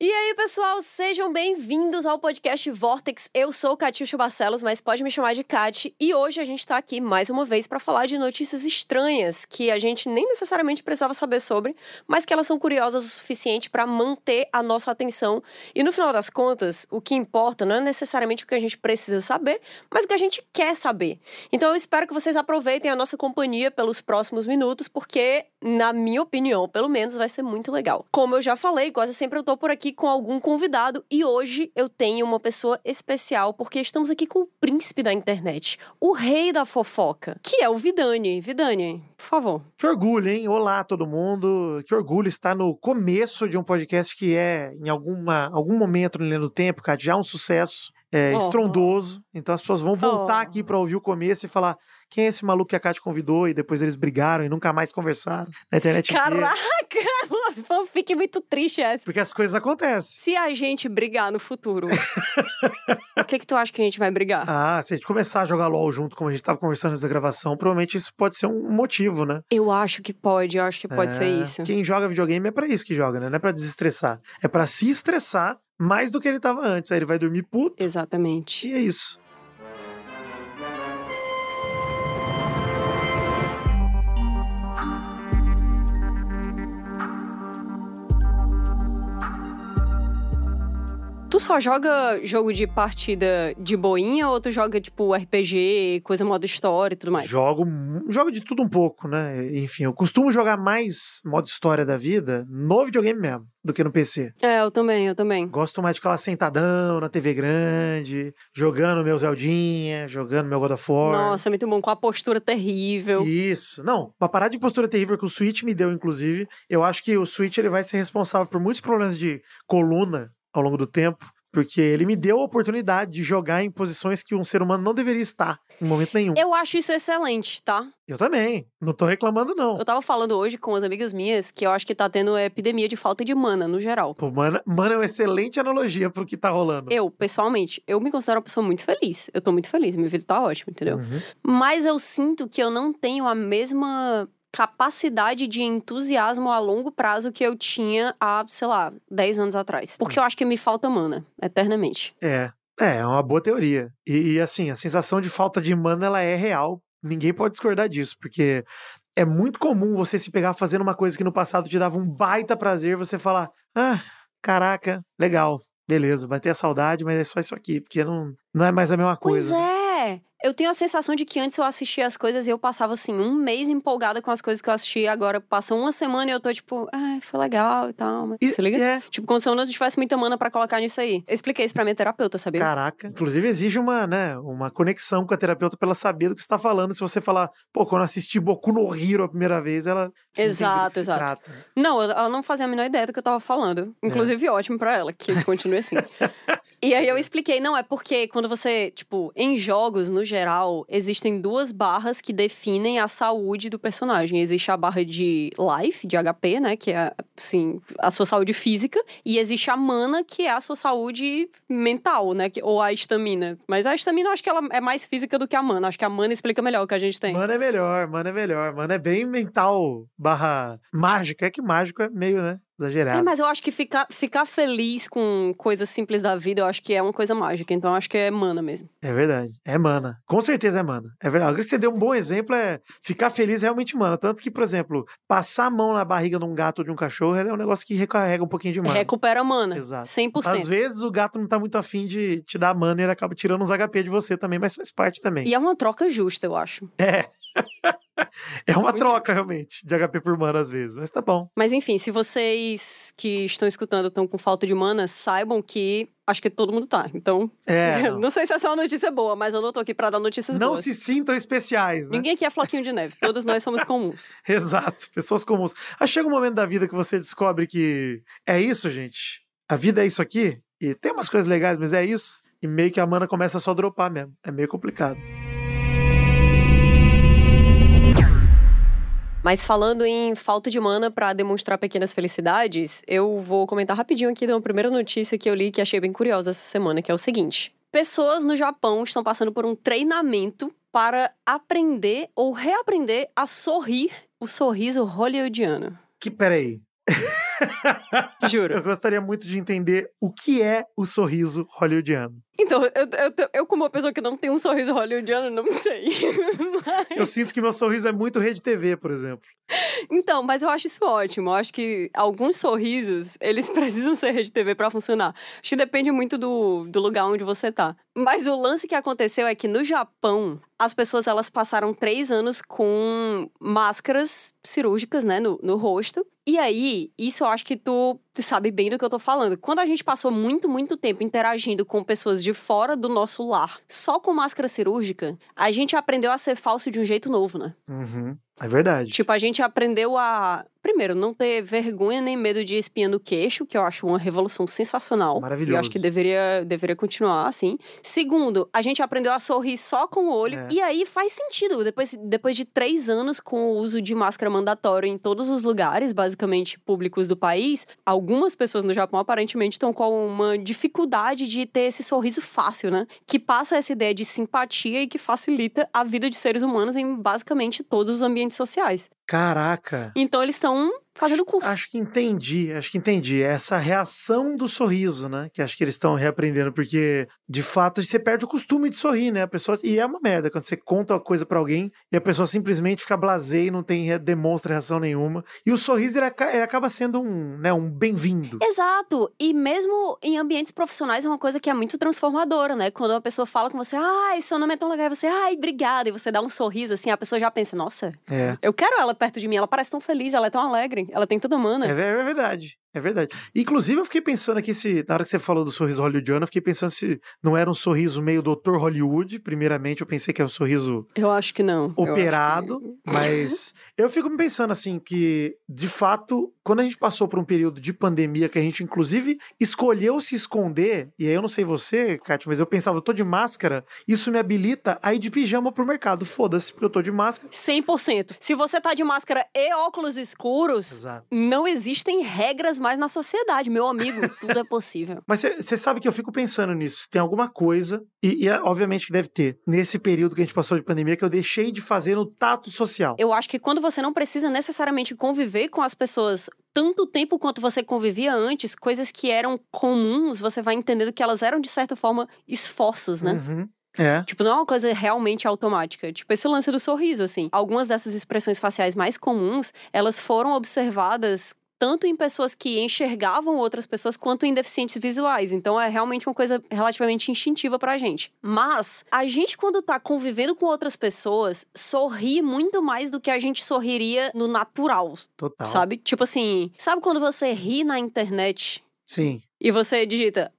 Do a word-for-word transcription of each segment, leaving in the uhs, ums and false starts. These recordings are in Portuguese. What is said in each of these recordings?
E aí, pessoal, sejam bem-vindos ao podcast Vortex. Eu sou Catiuxa Barcelos, mas pode me chamar de Cati. E hoje a gente tá aqui mais uma vez pra falar de notícias estranhas que a gente nem necessariamente precisava saber sobre, mas que elas são curiosas o suficiente pra manter a nossa atenção. E no final das contas, o que importa não é necessariamente o que a gente precisa saber, mas o que a gente quer saber. Então eu espero que vocês aproveitem a nossa companhia pelos próximos minutos, porque, na minha opinião, pelo menos, vai ser muito legal. Como eu já falei, quase sempre eu tô por aqui com algum convidado e hoje eu tenho uma pessoa especial porque estamos aqui com o príncipe da internet, o rei da fofoca, que é o Vidani. Vidani, por favor. Que orgulho, hein? Olá, todo mundo. Que orgulho estar no começo de um podcast que é, em alguma, algum momento no tempo, cara, já um sucesso. É, oh, estrondoso, oh. Então as pessoas vão voltar oh. aqui pra ouvir o começo e falar quem é esse maluco que a Kátia convidou, e depois eles brigaram e nunca mais conversaram na internet. Caraca, fique muito triste essa. Porque as coisas acontecem. Se a gente brigar no futuro, o que que tu acha que a gente vai brigar? Ah, se a gente começar a jogar LOL junto, como a gente tava conversando nessa gravação, provavelmente isso pode ser um motivo, né? Eu acho que pode, eu acho que pode é... ser isso. Quem joga videogame é pra isso que joga, né? Não é pra desestressar. É pra se estressar mais do que ele tava antes. Aí ele vai dormir puto. Exatamente. E é isso. Tu só joga jogo de partida de boinha ou tu joga, tipo, R P G, coisa modo história e tudo mais? Jogo, jogo de tudo um pouco, né? Enfim, eu costumo jogar mais modo história da vida no videogame mesmo, do que no P C. É, eu também, eu também. Gosto mais de ficar lá sentadão, na T V grande, jogando meu Zeldinha, jogando meu God of War. Nossa, é muito bom, com a postura terrível. Isso. Não, pra parar de postura terrível que o Switch me deu, inclusive, eu acho que o Switch ele vai ser responsável por muitos problemas de coluna ao longo do tempo, porque ele me deu a oportunidade de jogar em posições que um ser humano não deveria estar, em momento nenhum. Eu acho isso excelente, tá? Eu também. Não tô reclamando, não. Eu tava falando hoje com as amigas minhas que eu acho que tá tendo epidemia de falta de mana, no geral. Pô, mana, mana é uma excelente analogia pro que tá rolando. Eu, pessoalmente, eu me considero uma pessoa muito feliz. Eu tô muito feliz, minha vida tá ótima, entendeu? Uhum. Mas eu sinto que eu não tenho a mesma capacidade de entusiasmo a longo prazo que eu tinha há, sei lá, dez anos atrás. Porque eu acho que me falta mana, eternamente. É, é, é uma boa teoria. E, e assim, a sensação de falta de mana, ela é real. Ninguém pode discordar disso, porque é muito comum você se pegar fazendo uma coisa que no passado te dava um baita prazer, você falar, ah, caraca, legal, beleza, vai ter a saudade, mas é só isso aqui, porque não, não é mais a mesma coisa. Pois é. Eu tenho a sensação de que antes eu assistia as coisas e eu passava, assim, um mês empolgada com as coisas que eu assistia. Agora passa uma semana e eu tô, tipo, ai, foi legal e tal. Mas... E, se liga? É. Tipo, como se eu não tivesse muita mana pra colocar nisso aí. Eu expliquei isso pra minha terapeuta, sabia? Caraca. Inclusive, exige uma, né, uma conexão com a terapeuta pra ela saber do que você tá falando. Se você falar, pô, quando eu assisti Boku no Hero a primeira vez, ela... Exato, exato. Não, ela não fazia a menor ideia do que eu tava falando. Inclusive, é. ótimo pra ela, que continue assim. E aí eu expliquei, não, é porque quando você, tipo, em jogos, no geral, existem duas barras que definem a saúde do personagem. Existe a barra de life, de H P, né, que é, assim, a sua saúde física, e existe a mana, que é a sua saúde mental, né, que, ou a estamina. Mas a estamina, eu acho que ela é mais física do que a mana. Acho que a mana explica melhor o que a gente tem. Mana é melhor, mana é melhor. Mana é bem mental barra mágica. É que mágico é meio, né, exagerado. É, mas eu acho que ficar, ficar feliz com coisas simples da vida, eu acho que é uma coisa mágica. Então, eu acho que é mana mesmo. É verdade. É mana. Com certeza é mana. É verdade. Agora que você deu um bom exemplo, é ficar feliz é realmente mana. Tanto que, por exemplo, passar a mão na barriga de um gato ou de um cachorro é um negócio que recarrega um pouquinho de mana. Recupera mana. Exato. cem por cento. Às vezes, o gato não tá muito afim de te dar mana e ele acaba tirando uns H P de você também, mas faz parte também. E é uma troca justa, eu acho. É. É uma muito troca, realmente, de H P por mana às vezes, mas tá bom. Mas enfim, se vocês que estão escutando estão com falta de mana, saibam que acho que todo mundo tá, então... É, não. não sei se essa é uma notícia boa, mas eu não tô aqui pra dar notícias não boas. Não se sintam especiais, né? Ninguém aqui é floquinho de neve, todos nós somos comuns. Exato, pessoas comuns. Aí chega um momento da vida que você descobre que é isso, gente. A vida é isso aqui, e tem umas coisas legais, mas é isso. E meio que a mana começa a só dropar mesmo. É meio complicado. Mas falando em falta de mana pra demonstrar pequenas felicidades, eu vou comentar rapidinho aqui de uma primeira notícia que eu li que achei bem curiosa essa semana, que é o seguinte. Pessoas no Japão estão passando por um treinamento para aprender ou reaprender a sorrir o sorriso hollywoodiano. Que, peraí. Juro. Eu gostaria muito de entender o que é o sorriso hollywoodiano. Então, eu, eu, eu como uma pessoa que não tem um sorriso hollywoodiano, não sei. Mas... Eu sinto que meu sorriso é muito Rede T V, por exemplo. Então, mas eu acho isso ótimo. Eu acho que alguns sorrisos, eles precisam ser Rede T V pra funcionar. Acho que depende muito do, do lugar onde você tá. Mas o lance que aconteceu é que no Japão, as pessoas elas passaram três anos com máscaras cirúrgicas, né, no, no rosto. E aí, isso eu acho que tu sabe bem do que eu tô falando. Quando a gente passou muito, muito tempo interagindo com pessoas de fora do nosso lar, só com máscara cirúrgica, a gente aprendeu a ser falso de um jeito novo, né? Uhum. É verdade. Tipo, a gente aprendeu a, primeiro, não ter vergonha nem medo de espinha no queixo, que eu acho uma revolução sensacional. Maravilhoso. E eu acho que deveria, deveria continuar assim. Segundo, a gente aprendeu a sorrir só com o olho. É. E aí faz sentido. Depois, depois de três anos com o uso de máscara mandatória em todos os lugares, basicamente públicos do país, algumas pessoas no Japão aparentemente estão com uma dificuldade de ter esse sorriso fácil, né? Que passa essa ideia de simpatia e que facilita a vida de seres humanos em basicamente todos os ambientes sociais. Caraca. Então eles estão fazendo curso. Acho que entendi, acho que entendi. Essa reação do sorriso, né? Que acho que eles estão reaprendendo, porque, de fato, você perde o costume de sorrir, né? A pessoa... E é uma merda quando você conta uma coisa pra alguém e a pessoa simplesmente fica blasé e não tem, demonstra reação nenhuma. E o sorriso, ele, ele acaba sendo um, né, um bem-vindo. Exato. E mesmo em ambientes profissionais é uma coisa que é muito transformadora, né? Quando uma pessoa fala com você, ai, seu nome é tão legal, e você, ai, obrigada, e você dá um sorriso, assim, a pessoa já pensa, nossa, É. eu quero ela perto de mim, ela parece tão feliz, ela é tão alegre, ela tem tanta mana. É, é verdade. É verdade. Inclusive, eu fiquei pensando aqui se, na hora que você falou do sorriso hollywoodiano, eu fiquei pensando se não era um sorriso meio doutor Hollywood. Primeiramente, eu pensei que era um sorriso... Eu acho que não. Operado, que... mas eu fico me pensando assim que, de fato, quando a gente passou por um período de pandemia que a gente, inclusive, escolheu se esconder, e aí eu não sei você, Kátia, mas eu pensava, eu tô de máscara, isso me habilita a ir de pijama pro mercado. Foda-se, porque eu tô de máscara. cem por cento. Se você tá de máscara e óculos escuros, Exato. Não existem regras mais na sociedade, meu amigo. Tudo é possível. Mas você sabe que eu fico pensando nisso. Tem alguma coisa, e, e é, obviamente que deve ter, nesse período que a gente passou de pandemia, que eu deixei de fazer no tato social. Eu acho que quando você não precisa necessariamente conviver com as pessoas tanto tempo quanto você convivia antes, coisas que eram comuns, você vai entendendo que elas eram, de certa forma, esforços, né? Uhum. É. Tipo, não é uma coisa realmente automática. Tipo, esse lance do sorriso, assim. Algumas dessas expressões faciais mais comuns, elas foram observadas tanto em pessoas que enxergavam outras pessoas, quanto em deficientes visuais. Então, é realmente uma coisa relativamente instintiva pra gente. Mas, a gente, quando tá convivendo com outras pessoas, sorri muito mais do que a gente sorriria no natural. Total. Sabe? Tipo assim, sabe quando você ri na internet... Sim. E você digita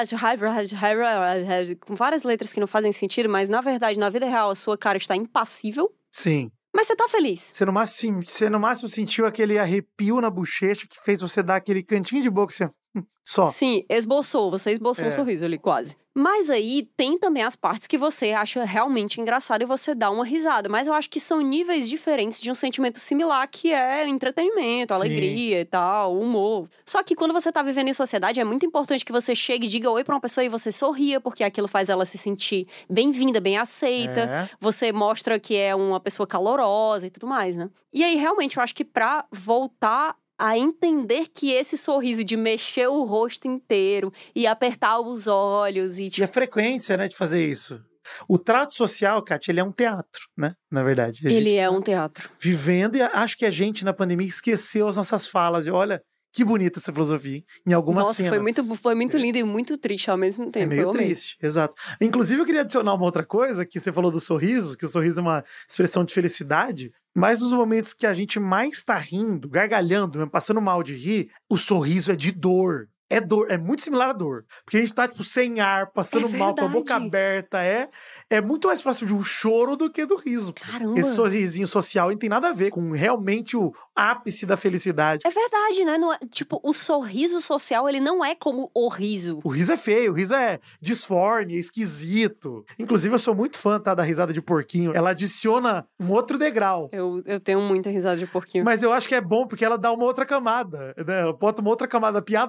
com várias letras que não fazem sentido, mas na verdade, na vida real, a sua cara está impassível. Sim. Mas você tá feliz. Você no, máximo, você no máximo sentiu aquele arrepio na bochecha que fez você dar aquele cantinho de boca assim, só. Sim, esboçou. Você esboçou É. um sorriso ali, quase. Mas aí, tem também as partes que você acha realmente engraçado e você dá uma risada. Mas eu acho que são níveis diferentes de um sentimento similar, que é entretenimento, alegria e tal, humor. Só que quando você tá vivendo em sociedade, é muito importante que você chegue e diga oi pra uma pessoa e você sorria, porque aquilo faz ela se sentir bem-vinda, bem aceita. É. Você mostra que é uma pessoa calorosa e tudo mais, né? E aí, realmente, eu acho que pra voltar a entender que esse sorriso de mexer o rosto inteiro e apertar os olhos e... E a frequência, né, de fazer isso. O trato social, Kátia, ele é um teatro, né? Na verdade. A Ele gente é tá um teatro. Vivendo, e acho que a gente, na pandemia, esqueceu as nossas falas. E olha, que bonita essa filosofia, hein? Em algumas Nossa, cenas. foi muito, foi muito lindo e muito triste ao mesmo tempo. É meio eu amei. triste, exato. Inclusive, eu queria adicionar uma outra coisa, que você falou do sorriso, que o sorriso é uma expressão de felicidade, mas nos momentos que a gente mais tá rindo, gargalhando, mesmo, passando mal de rir, o sorriso é de dor. É dor, é muito similar à dor. Porque a gente tá, tipo, sem ar, passando É mal, com a boca verdade. aberta. É, é muito mais próximo de um choro do que do riso. Caramba. Esse sorrisinho social não tem nada a ver com realmente o ápice da felicidade. É verdade, né? Não é- tipo, o sorriso social, ele não é como o riso. O riso é feio, o riso é disforme, é esquisito. Inclusive, eu sou muito fã, tá, da risada de porquinho. Ela adiciona um outro degrau. Eu, eu tenho muita risada de porquinho. Mas eu acho que é bom, porque ela dá uma outra camada, né? Ela bota uma outra camada. A piada já tá engraçada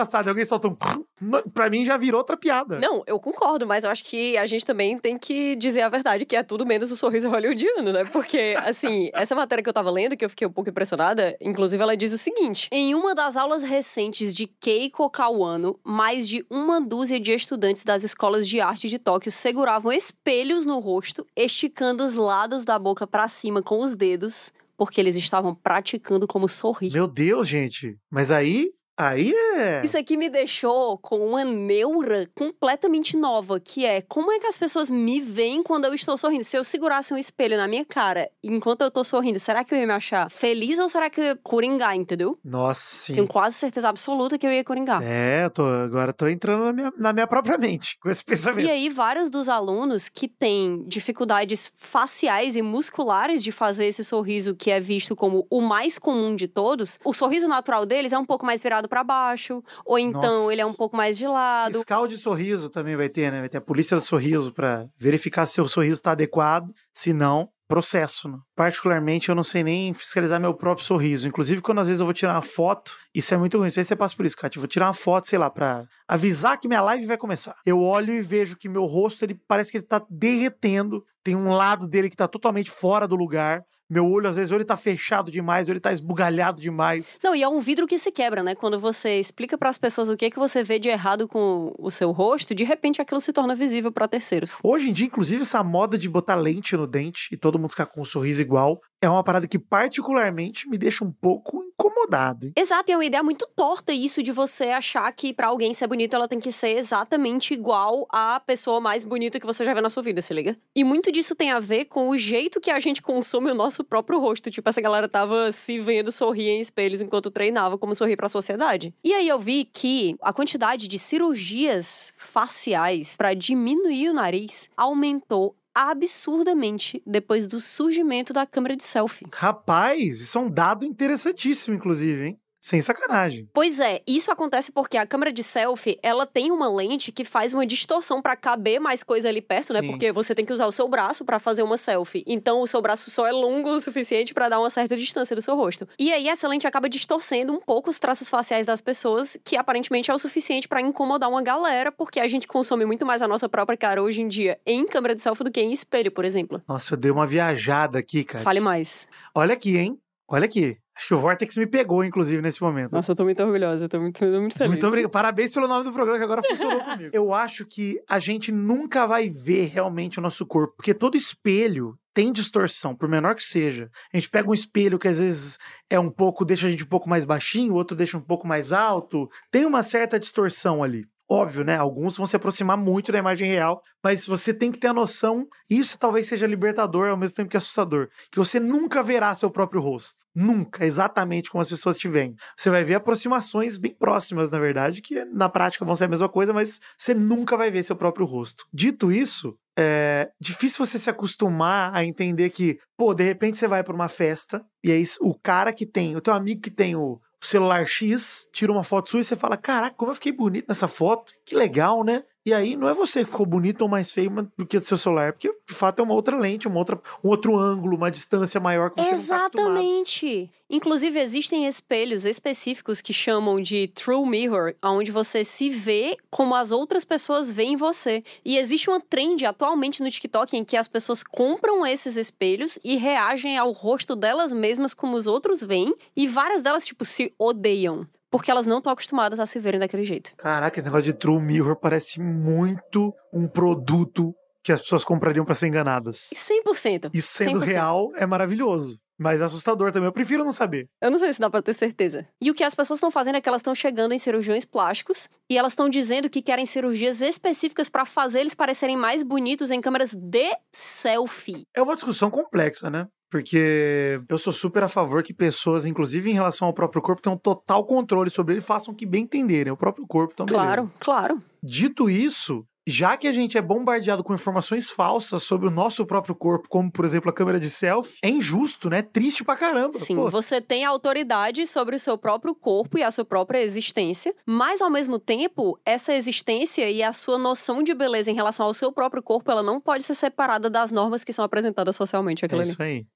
engraçado. Alguém solta um... Pra mim já virou outra piada. Não, eu concordo, mas eu acho que a gente também tem que dizer a verdade, que é tudo menos o sorriso hollywoodiano, né? Porque, assim, essa matéria que eu tava lendo, que eu fiquei um pouco impressionada, inclusive ela diz o seguinte: em uma das aulas recentes de Keiko Kawano, mais de uma dúzia de estudantes das escolas de arte de Tóquio seguravam espelhos no rosto, esticando os lados da boca pra cima com os dedos, porque eles estavam praticando como sorrir. Meu Deus, gente. Mas aí... Aí é... Isso aqui me deixou com uma neura completamente nova, que é, como é que as pessoas me veem quando eu estou sorrindo? Se eu segurasse um espelho na minha cara enquanto eu tô sorrindo, será que eu ia me achar feliz ou será que eu ia coringar, entendeu? Nossa, sim. Tenho quase certeza absoluta que eu ia coringar. É, eu tô, agora tô entrando na minha, na minha própria mente com esse pensamento. E aí, vários dos alunos que têm dificuldades faciais e musculares de fazer esse sorriso que é visto como o mais comum de todos, o sorriso natural deles é um pouco mais virado pra baixo, ou então Nossa. ele é um pouco mais de lado. Fiscal de sorriso também vai ter, né? Vai ter a polícia do sorriso pra verificar se o sorriso tá adequado, se não, processo, né? Particularmente, eu não sei nem fiscalizar meu próprio sorriso. Inclusive, quando às vezes eu vou tirar uma foto, isso é muito ruim, não sei se você passa por isso, Kátia. Eu vou tirar uma foto, sei lá, pra avisar que minha live vai começar. Eu olho e vejo que meu rosto, ele parece que ele tá derretendo, tem um lado dele que tá totalmente fora do lugar. Meu olho, às vezes, ou ele tá fechado demais, ou ele tá esbugalhado demais. Não, e é um vidro que se quebra, né? Quando você explica pras pessoas o que é que você vê de errado com o seu rosto, de repente aquilo se torna visível pra terceiros. Hoje em dia, inclusive, essa moda de botar lente no dente e todo mundo ficar com um sorriso igual é uma parada que particularmente me deixa um pouco incomodado, hein? Exato, e é uma ideia muito torta isso de você achar que pra alguém ser bonito ela tem que ser exatamente igual à pessoa mais bonita que você já viu na sua vida, se liga? E muito disso tem a ver com o jeito que a gente consome o nosso próprio rosto. Tipo, essa galera tava se vendo sorrir em espelhos enquanto treinava como sorrir pra sociedade. E aí eu vi que a quantidade de cirurgias faciais pra diminuir o nariz aumentou absurdamente depois do surgimento da câmera de selfie. Rapaz, isso é um dado interessantíssimo, inclusive, hein? Sem sacanagem. Pois é, isso acontece porque a câmera de selfie, ela tem uma lente que faz uma distorção pra caber mais coisa ali perto, né? Sim. Porque você tem que usar o seu braço pra fazer uma selfie. Então, o seu braço só é longo o suficiente pra dar uma certa distância do seu rosto. E aí, essa lente acaba distorcendo um pouco os traços faciais das pessoas, que aparentemente é o suficiente pra incomodar uma galera, porque a gente consome muito mais a nossa própria cara hoje em dia em câmera de selfie do que em espelho, por exemplo. Nossa, eu dei uma viajada aqui, cara. Fale mais. Olha aqui, hein? Olha aqui. Acho que o Vortex me pegou, inclusive, nesse momento. Nossa, eu tô muito orgulhosa, eu tô muito, muito feliz. Muito obrigado. Parabéns pelo nome do programa, que agora funcionou comigo. Eu acho que a gente nunca vai ver realmente o nosso corpo, porque todo espelho tem distorção, por menor que seja. A gente pega um espelho que às vezes é um pouco, deixa a gente um pouco mais baixinho, o outro deixa um pouco mais alto. Tem uma certa distorção ali. Óbvio, né? Alguns vão se aproximar muito da imagem real, mas você tem que ter a noção, isso talvez seja libertador ao mesmo tempo que assustador, que você nunca verá seu próprio rosto. Nunca, exatamente como as pessoas te veem. Você vai ver aproximações bem próximas, na verdade, que na prática vão ser a mesma coisa, mas você nunca vai ver seu próprio rosto. Dito isso, é difícil você se acostumar a entender que, pô, de repente você vai pra uma festa, e aí o cara que tem, o teu amigo que tem o o celular X, tira uma foto sua e você fala, caraca, como eu fiquei bonito nessa foto, que legal, né? E aí não é você que ficou bonito ou mais feio do que o seu celular, porque de fato é uma outra lente, uma outra, um outro ângulo, uma distância maior que você Exatamente. não tá acostumado. Inclusive, existem espelhos específicos que chamam de True Mirror, onde você se vê como as outras pessoas veem você. E existe uma trend atualmente no TikTok em que as pessoas compram esses espelhos e reagem ao rosto delas mesmas como os outros veem, e várias delas, tipo, se odeiam. Porque elas não estão acostumadas a se verem daquele jeito. Caraca, esse negócio de True Mirror parece muito um produto que as pessoas comprariam pra ser enganadas. cem por cento. Isso sendo cem por cento. real é maravilhoso. Mas assustador também. Eu prefiro não saber. Eu não sei se dá pra ter certeza. E o que as pessoas estão fazendo é que elas estão chegando em cirurgiões plásticos e elas estão dizendo que querem cirurgias específicas pra fazer eles parecerem mais bonitos em câmeras de selfie. É uma discussão complexa, né? Porque eu sou super a favor que pessoas, inclusive em relação ao próprio corpo, tenham total controle sobre ele e façam o que bem entenderem. O próprio corpo também. Claro, claro. Dito isso, já que a gente é bombardeado com informações falsas sobre o nosso próprio corpo, como, por exemplo, a câmera de selfie, é injusto, né? Triste pra caramba. Sim, Pô. você tem autoridade sobre o seu próprio corpo e a sua própria existência, mas, ao mesmo tempo, essa existência e a sua noção de beleza em relação ao seu próprio corpo, ela não pode ser separada das normas que são apresentadas socialmente. É Aquilo ali. isso aí.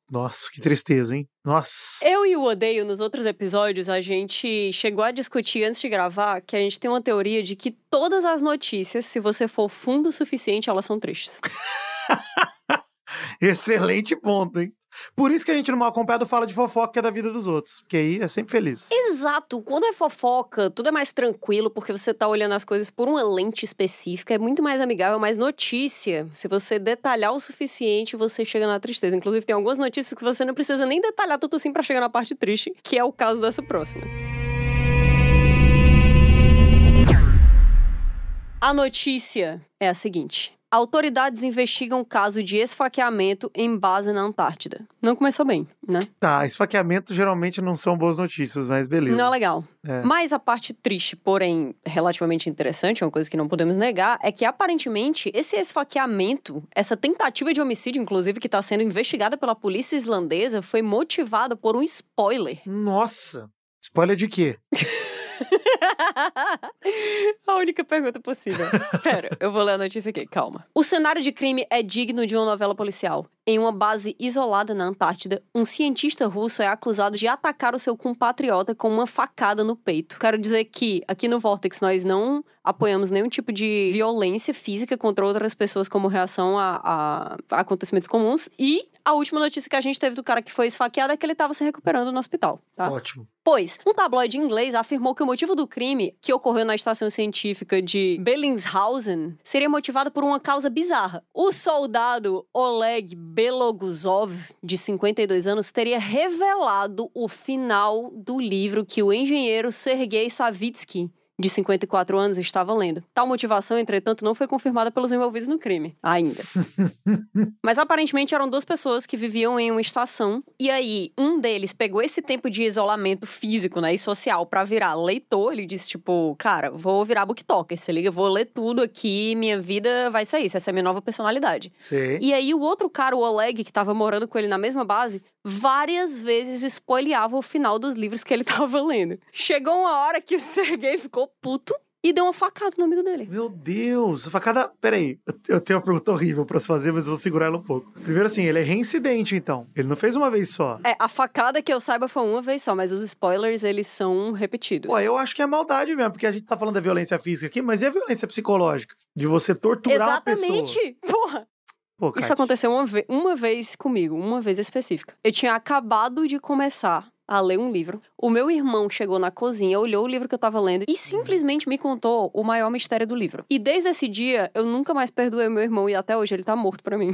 Nossa, que tristeza, hein? Nossa. Eu e o Odeio, nos outros episódios, a gente chegou a discutir antes de gravar que a gente tem uma teoria de que todas as notícias, se você for fundo o suficiente, elas são tristes. Excelente ponto, hein? Por isso que a gente no Mal Acompanhado fala de fofoca que é da vida dos outros. Porque aí é sempre feliz. Exato. Quando é fofoca, tudo é mais tranquilo, porque você tá olhando as coisas por uma lente específica. É muito mais amigável, mas notícia, se você detalhar o suficiente, você chega na tristeza. Inclusive, tem algumas notícias que você não precisa nem detalhar tudo assim pra chegar na parte triste, que é o caso dessa próxima. A notícia é a seguinte. Autoridades investigam caso de esfaqueamento em base na Antártida. Não começou bem, né? Tá, esfaqueamento geralmente não são boas notícias, mas beleza. Não é legal. É. Mas a parte triste, porém relativamente interessante, uma coisa que não podemos negar, é que aparentemente esse esfaqueamento, essa tentativa de homicídio, inclusive, que está sendo investigada pela polícia islandesa, foi motivada por um spoiler. Nossa! Spoiler de quê? A única pergunta possível. Pera, eu vou ler a notícia aqui, calma. O cenário de crime é digno de uma novela policial. Em uma base isolada na Antártida, um cientista russo é acusado de atacar o seu compatriota com uma facada no peito. Quero dizer que, aqui no Vortex, nós não apoiamos nenhum tipo de violência física contra outras pessoas como reação a, a acontecimentos comuns. E a última notícia que a gente teve do cara que foi esfaqueado é que ele estava se recuperando no hospital, tá? Ótimo. Pois, um tabloide inglês afirmou que o motivo do crime, que ocorreu na estação científica de Bellingshausen, seria motivado por uma causa bizarra. O soldado Oleg Beloguzov, de cinquenta e dois anos, teria revelado o final do livro que o engenheiro Sergei Savitsky, de cinquenta e quatro anos, estava lendo. Tal motivação, entretanto, não foi confirmada pelos envolvidos no crime, ainda. Mas aparentemente eram duas pessoas que viviam em uma estação, e aí um deles pegou esse tempo de isolamento físico, né, e social pra virar leitor. Ele disse, tipo, cara, vou virar booktalker, se liga, vou ler tudo aqui, minha vida vai ser isso, essa é a minha nova personalidade. Sim. E aí o outro cara, o Oleg, que tava morando com ele na mesma base, várias vezes spoileava o final dos livros que ele tava lendo. Chegou uma hora que o Sergei ficou puto e deu uma facada no amigo dele. Meu Deus, a facada... Peraí, eu tenho uma pergunta horrível pra se fazer, mas eu vou segurar ela um pouco. Primeiro assim, ele é reincidente, então. Ele não fez uma vez só. É, a facada que eu saiba foi uma vez só, mas os spoilers, eles são repetidos. Pô, eu acho que é maldade mesmo, porque a gente tá falando da violência física aqui, mas e a violência psicológica? De você torturar a pessoa. Exatamente! Porra! Pô, Isso aconteceu uma, ve- uma vez comigo, uma vez específica. Eu tinha acabado de começar a ler um livro. O meu irmão chegou na cozinha, olhou o livro que eu tava lendo e simplesmente me contou o maior mistério do livro. E desde esse dia, eu nunca mais perdoei meu irmão e até hoje ele tá morto pra mim.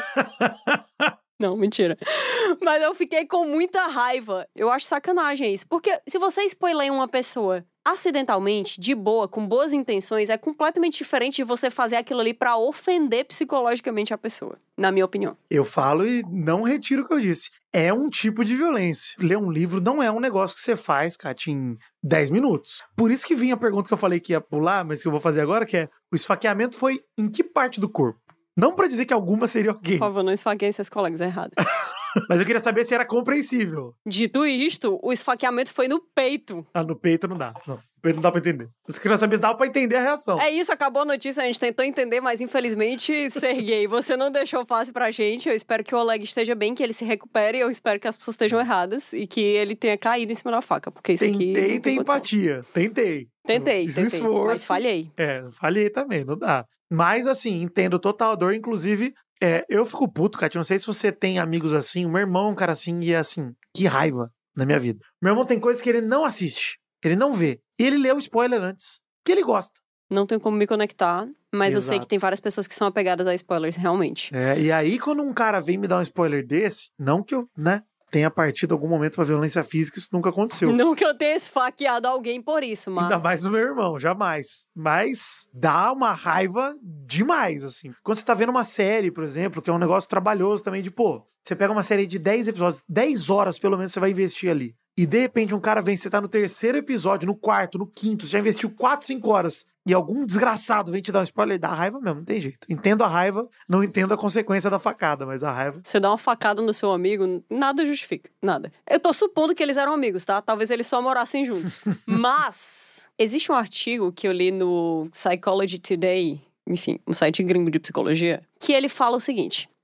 Não, mentira. Mas eu fiquei com muita raiva. Eu acho sacanagem isso. Porque se você spoiler uma pessoa acidentalmente, de boa, com boas intenções, é completamente diferente de você fazer aquilo ali pra ofender psicologicamente a pessoa, na minha opinião. Eu falo e não retiro o que eu disse. É um tipo de violência. Ler um livro não é um negócio que você faz, Kátia, em dez minutos. Por isso que vinha a pergunta que eu falei que ia pular, mas que eu vou fazer agora, que é, o esfaqueamento foi em que parte do corpo? Não pra dizer que alguma seria ok. Por favor, não esfaqueiem seus colegas, é errado. Mas eu queria saber se era compreensível. Dito isto, o esfaqueamento foi no peito. Ah, no peito não dá. Não, no peito não dá pra entender. Eu queria saber se dava pra entender a reação. É isso, acabou a notícia, a gente tentou entender, mas infelizmente, Sergei, você não deixou fácil pra gente. Eu espero que o Oleg esteja bem, que ele se recupere. Eu espero que as pessoas estejam erradas e que ele tenha caído em cima da faca, porque isso aqui... Tentei não ter tem condição. empatia. Tentei. Tentei, Fiz tentei, esforço. mas falhei. É, falhei também, não dá. Mas, assim, entendo total a dor. Inclusive, é, eu fico puto, Kátia. Não sei se você tem amigos assim. O meu irmão é um cara assim e é assim, que raiva na minha vida. Meu irmão tem coisas que ele não assiste. Ele não vê. E ele lê o spoiler antes. Que ele gosta. Não tenho como me conectar, mas Exato. eu sei que tem várias pessoas que são apegadas a spoilers, realmente. É, e aí, quando um cara vem me dar um spoiler desse, não que eu, né, tenha partido algum momento pra violência física, isso nunca aconteceu. Não que eu tenha esfaqueado alguém por isso, mas... Ainda mais no meu irmão, jamais. Mas dá uma raiva demais, assim. Quando você tá vendo uma série, por exemplo, que é um negócio trabalhoso também, de, pô, você pega uma série de dez episódios, dez horas pelo menos você vai investir ali. E de repente um cara vem, você tá no terceiro episódio, no quarto, no quinto, você já investiu quatro, cinco horas. E algum desgraçado vem te dar um spoiler, dá raiva mesmo, não tem jeito. Entendo a raiva, não entendo a consequência da facada, mas a raiva... Você dá uma facada no seu amigo, nada justifica, nada. Eu tô supondo que eles eram amigos, tá? Talvez eles só morassem juntos. Mas, existe um artigo que eu li no Psychology Today, enfim, um site gringo de psicologia, que ele fala o seguinte: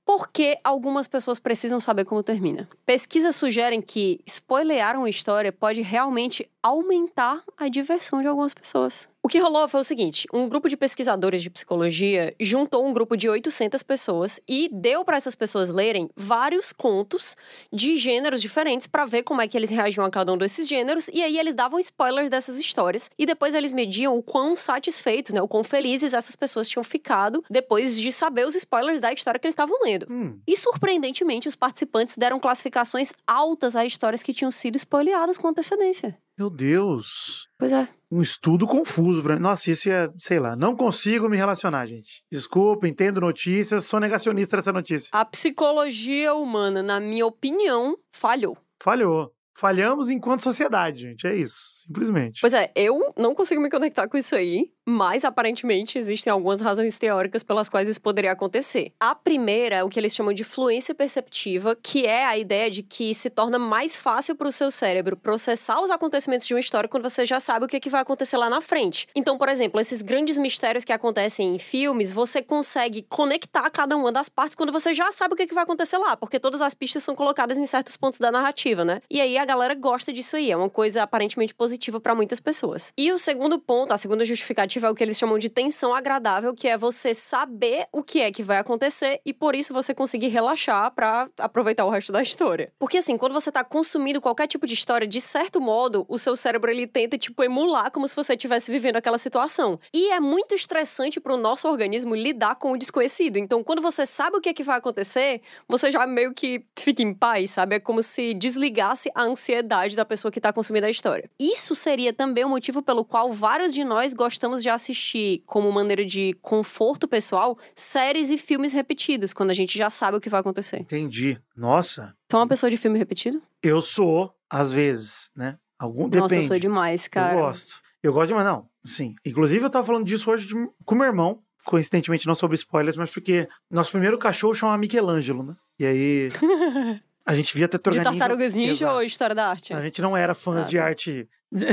Por que algumas pessoas precisam saber como termina? Pesquisas sugerem que spoilear uma história pode realmente aumentar a diversão de algumas pessoas. O que rolou foi o seguinte, um grupo de pesquisadores de psicologia juntou um grupo de oitocentas pessoas e deu para essas pessoas lerem vários contos de gêneros diferentes para ver como é que eles reagiam a cada um desses gêneros, e aí eles davam spoilers dessas histórias e depois eles mediam o quão satisfeitos, né, o quão felizes essas pessoas tinham ficado depois de saber os spoilers da história que eles estavam lendo. Hum. E surpreendentemente os participantes deram classificações altas a histórias que tinham sido spoileadas com antecedência. Meu Deus. Pois é. Um estudo confuso. Pra... Nossa, isso é, sei lá, não consigo me relacionar, gente. Desculpa, entendo notícias, sou negacionista dessa notícia. A psicologia humana, na minha opinião, falhou. Falhou. Falhamos enquanto sociedade, gente. É isso, simplesmente. Pois é, eu não consigo me conectar com isso aí, mas aparentemente existem algumas razões teóricas pelas quais isso poderia acontecer. A primeira é o que eles chamam de fluência perceptiva, que é a ideia de que se torna mais fácil para o seu cérebro processar os acontecimentos de uma história quando você já sabe o que, é que vai acontecer lá na frente. Então, por exemplo, esses grandes mistérios que acontecem em filmes, você consegue conectar cada uma das partes quando você já sabe o que, é que vai acontecer lá, porque todas as pistas são colocadas em certos pontos da narrativa, né? E aí a galera gosta disso aí, é uma coisa aparentemente positiva para muitas pessoas. E o segundo ponto, a segunda justificativa é o que eles chamam de tensão agradável, que é você saber o que é que vai acontecer e por isso você conseguir relaxar pra aproveitar o resto da história. Porque assim, quando você tá consumindo qualquer tipo de história, de certo modo, o seu cérebro ele tenta tipo emular como se você estivesse vivendo aquela situação. E é muito estressante pro nosso organismo lidar com o desconhecido. Então, quando você sabe o que é que vai acontecer, você já meio que fica em paz, sabe? É como se desligasse a ansiedade da pessoa que tá consumindo a história. Isso seria também o motivo pelo qual vários de nós gostamos de assistir, como maneira de conforto pessoal, séries e filmes repetidos, quando a gente já sabe o que vai acontecer. Entendi. Nossa. Então, uma pessoa de filme repetido? Eu sou, às vezes, né? Algum Nossa, depende. eu sou demais, cara. Eu gosto. Eu gosto demais, não. Sim. Inclusive, eu tava falando disso hoje de... com meu irmão. Coincidentemente, não sobre spoilers, mas porque nosso primeiro cachorro chama Michelangelo, né? E aí... A gente via Tartaruga Ninja. De Tartarugas Ninja Exato. ou História da Arte? A gente não era fãs ah, de arte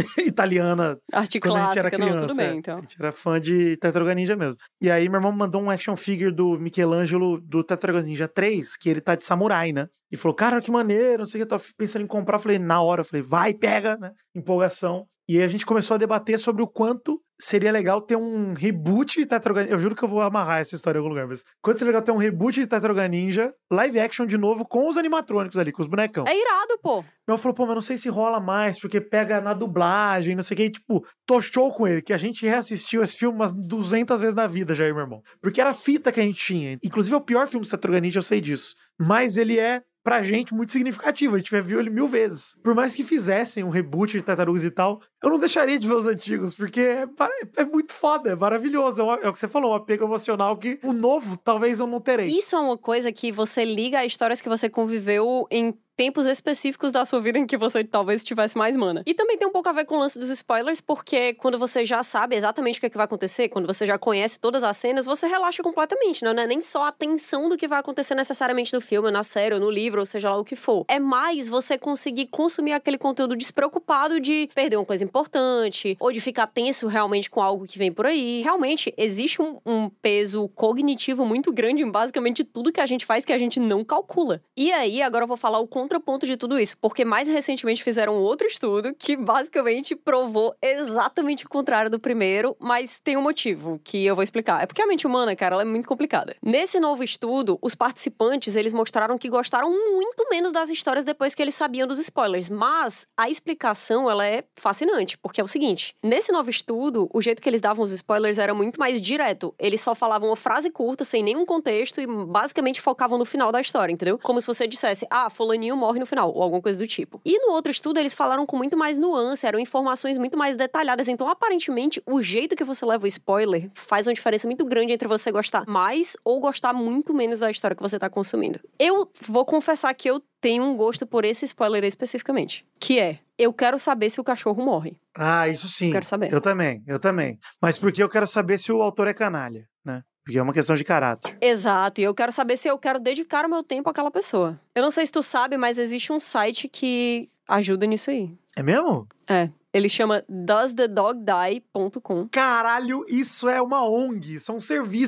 italiana arte quando clássica, a gente era criança. não, tudo bem, então. A gente era fã de Tartaruga Ninja mesmo. E aí meu irmão mandou um action figure do Michelangelo do Tartaruga Ninja três, que ele tá de samurai, né? E falou, cara, que maneiro, não sei o que, eu tô pensando em comprar. Eu falei, na hora, eu falei, vai, pega, né? Empolgação. E aí a gente começou a debater sobre o quanto seria legal ter um reboot de Tartaruga Ninja. Eu juro que eu vou amarrar essa história em algum lugar, mas quanto seria legal ter um reboot de Tartaruga Ninja, live action de novo, com os animatrônicos ali, com os bonecão. É irado, pô. Meu irmão falou, pô, mas não sei se rola mais, porque pega na dublagem, não sei o que. E, tipo, tô show com ele, que a gente reassistiu esse filme umas duzentas vezes na vida já, meu irmão. Porque era a fita que a gente tinha. Inclusive é o pior filme do Tartaruga Ninja, eu sei disso. Mas ele é... pra gente, muito significativo. A gente já viu ele mil vezes. Por mais que fizessem um reboot de Tartarugas e tal, eu não deixaria de ver os antigos, porque é, é muito foda, é maravilhoso. É, uma, é o que você falou, um apego emocional que o novo, talvez eu não terei. Isso é uma coisa que você liga a histórias que você conviveu em tempos específicos da sua vida em que você talvez tivesse mais mana. E também tem um pouco a ver com o lance dos spoilers, porque quando você já sabe exatamente o que, é que vai acontecer, quando você já conhece todas as cenas, você relaxa completamente, não é nem só a tensão do que vai acontecer necessariamente no filme, na série, ou no livro, ou seja lá o que for. É mais você conseguir consumir aquele conteúdo despreocupado de perder uma coisa importante, ou de ficar tenso realmente com algo que vem por aí. Realmente, existe um, um peso cognitivo muito grande em basicamente tudo que a gente faz que a gente não calcula. E aí, agora eu vou falar o contraponto de tudo isso, porque mais recentemente fizeram outro estudo que basicamente provou exatamente o contrário do primeiro, mas tem um motivo que eu vou explicar. É porque a mente humana, cara, ela é muito complicada. Nesse novo estudo, os participantes, eles mostraram que gostaram muito menos das histórias depois que eles sabiam dos spoilers, mas a explicação, ela é fascinante, porque é o seguinte, nesse novo estudo, o jeito que eles davam os spoilers era muito mais direto. Eles só falavam uma frase curta, sem nenhum contexto, e basicamente focavam no final da história, entendeu? Como se você dissesse, ah, fulaninho morre no final, ou alguma coisa do tipo. E no outro estudo, eles falaram com muito mais nuance, eram informações muito mais detalhadas. Então, aparentemente, o jeito que você leva o spoiler faz uma diferença muito grande entre você gostar mais ou gostar muito menos da história que você tá consumindo. Eu vou confessar que eu tenho um gosto por esse spoiler especificamente, que é, eu quero saber se o cachorro morre. Ah, isso sim. Eu quero saber. Eu também, eu também. Mas porque eu quero saber se o autor é canalha, né? Porque é uma questão de caráter. Exato, e eu quero saber se eu quero dedicar o meu tempo àquela pessoa. Eu não sei se tu sabe, mas existe um site que ajuda nisso aí. É mesmo? É. Ele chama does the dog die ponto com. Caralho, isso é uma O N G, isso é um serviço.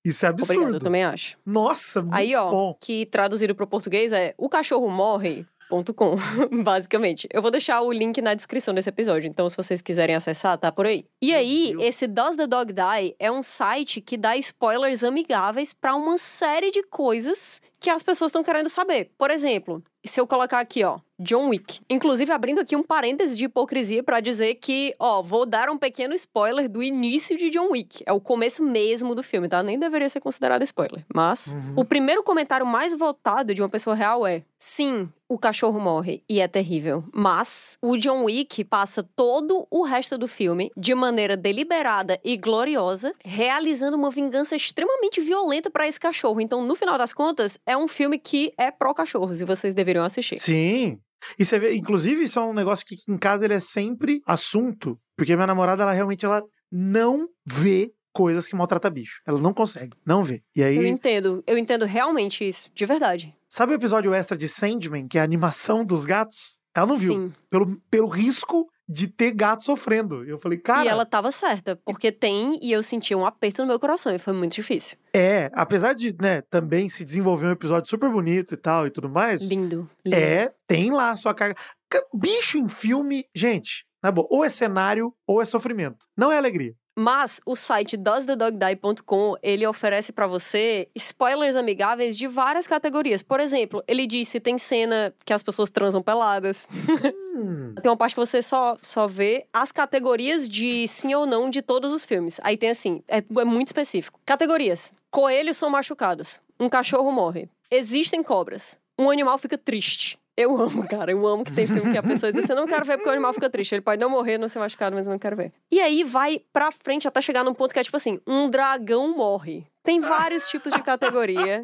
Isso é absurdo. Obrigada, eu também acho. Nossa, muito Aí, ó, bom. que traduzido para o português é o cachorro morre. .com, basicamente. Eu vou deixar o link na descrição desse episódio, então se vocês quiserem acessar, tá por aí. E aí, esse Does the Dog Die é um site que dá spoilers amigáveis pra uma série de coisas que as pessoas estão querendo saber. Por exemplo, se eu colocar aqui, ó, John Wick. Inclusive, abrindo aqui um parêntese de hipocrisia pra dizer que, ó, vou dar um pequeno spoiler do início de John Wick. É o começo mesmo do filme, tá? Nem deveria ser considerado spoiler. Mas, uhum. o primeiro comentário mais votado de uma pessoa real é: sim, o cachorro morre e é terrível. Mas, o John Wick passa todo o resto do filme de maneira deliberada e gloriosa, realizando uma vingança extremamente violenta pra esse cachorro. Então, no final das contas, é um filme que é pró-cachorros e vocês deveriam assistir. Sim. E você vê, inclusive, isso é um negócio que em casa ele é sempre assunto, porque minha namorada, ela realmente, ela não vê coisas que maltratam bicho. Ela não consegue, não vê. E aí... Eu entendo, eu entendo realmente isso, de verdade. Sabe o episódio extra de Sandman, que é a animação dos gatos? Ela não viu. Sim. Pelo, pelo risco de ter gato sofrendo. Eu falei, cara... E ela tava certa, porque tem, e eu senti um aperto no meu coração, e foi muito difícil. É, apesar de, né, também se desenvolver um episódio super bonito e tal, e tudo mais... Lindo. lindo. É, tem lá a sua carga... Bicho em filme, gente, na boa, ou é cenário, ou é sofrimento. Não é alegria. Mas o site does the dog die ponto com, ele oferece pra você spoilers amigáveis de várias categorias. Por exemplo, ele diz se tem cena que as pessoas transam peladas. Hum. Tem uma parte que você só, só vê as categorias de sim ou não de todos os filmes. Aí tem assim, é, é muito específico. Categorias: coelhos são machucados, um cachorro morre, existem cobras, um animal fica triste. Eu amo, cara. Eu amo que tem filme que a pessoa diz assim, eu não quero ver porque o animal fica triste. Ele pode não morrer, não ser machucado, mas eu não quero ver. E aí vai pra frente até chegar num ponto que é tipo assim, um dragão morre. Tem vários tipos de categoria.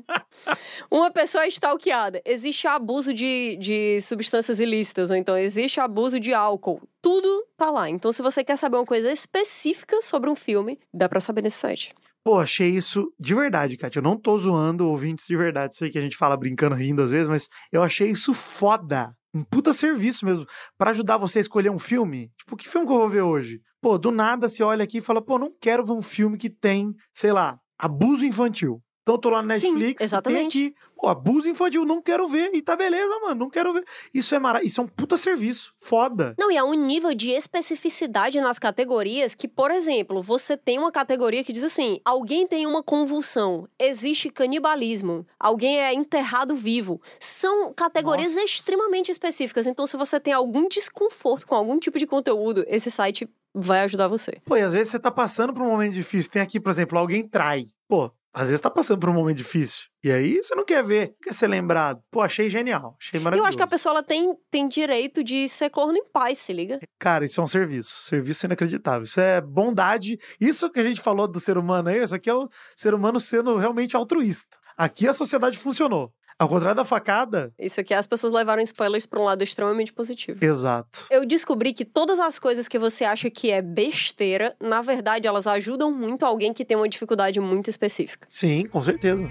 Uma pessoa é stalkeada. Existe abuso de, de substâncias ilícitas, ou então existe abuso de álcool. Tudo tá lá. Então, se você quer saber uma coisa específica sobre um filme, dá pra saber nesse site. Pô, achei isso de verdade, Kátia. Eu não tô zoando ouvintes de verdade. Sei que a gente fala brincando, rindo às vezes, mas eu achei isso foda. Um puta serviço mesmo. Pra ajudar você a escolher um filme. Tipo, que filme que eu vou ver hoje? Pô, do nada você olha aqui e fala, pô, não quero ver um filme que tem, sei lá, abuso infantil. Então eu tô lá no Netflix, sim, exatamente. Tem aqui, pô, abuso infantil, não quero ver. E tá beleza, mano, não quero ver. Isso é mara... Isso é um puta serviço, foda. Não, e há um nível de especificidade nas categorias que, por exemplo, você tem uma categoria que diz assim, alguém tem uma convulsão, existe canibalismo, alguém é enterrado vivo. São categorias Nossa. extremamente específicas. Então, se você tem algum desconforto com algum tipo de conteúdo, esse site vai ajudar você. Pô, e às vezes você tá passando por um momento difícil. Tem aqui, por exemplo, alguém trai. Pô, às vezes tá passando por um momento difícil. E aí você não quer ver, quer ser lembrado. Pô, achei genial, achei maravilhoso. Eu acho que a pessoa ela tem, tem direito de ser corno em paz, se liga. Cara, isso é um serviço. Serviço inacreditável. Isso é bondade. Isso que a gente falou do ser humano aí, isso aqui é o ser humano sendo realmente altruísta. Aqui a sociedade funcionou. Ao contrário da facada... Isso aqui, as pessoas levaram spoilers pra um lado extremamente positivo. Exato. Eu descobri que todas as coisas que você acha que é besteira, na verdade, elas ajudam muito alguém que tem uma dificuldade muito específica. Sim, com certeza.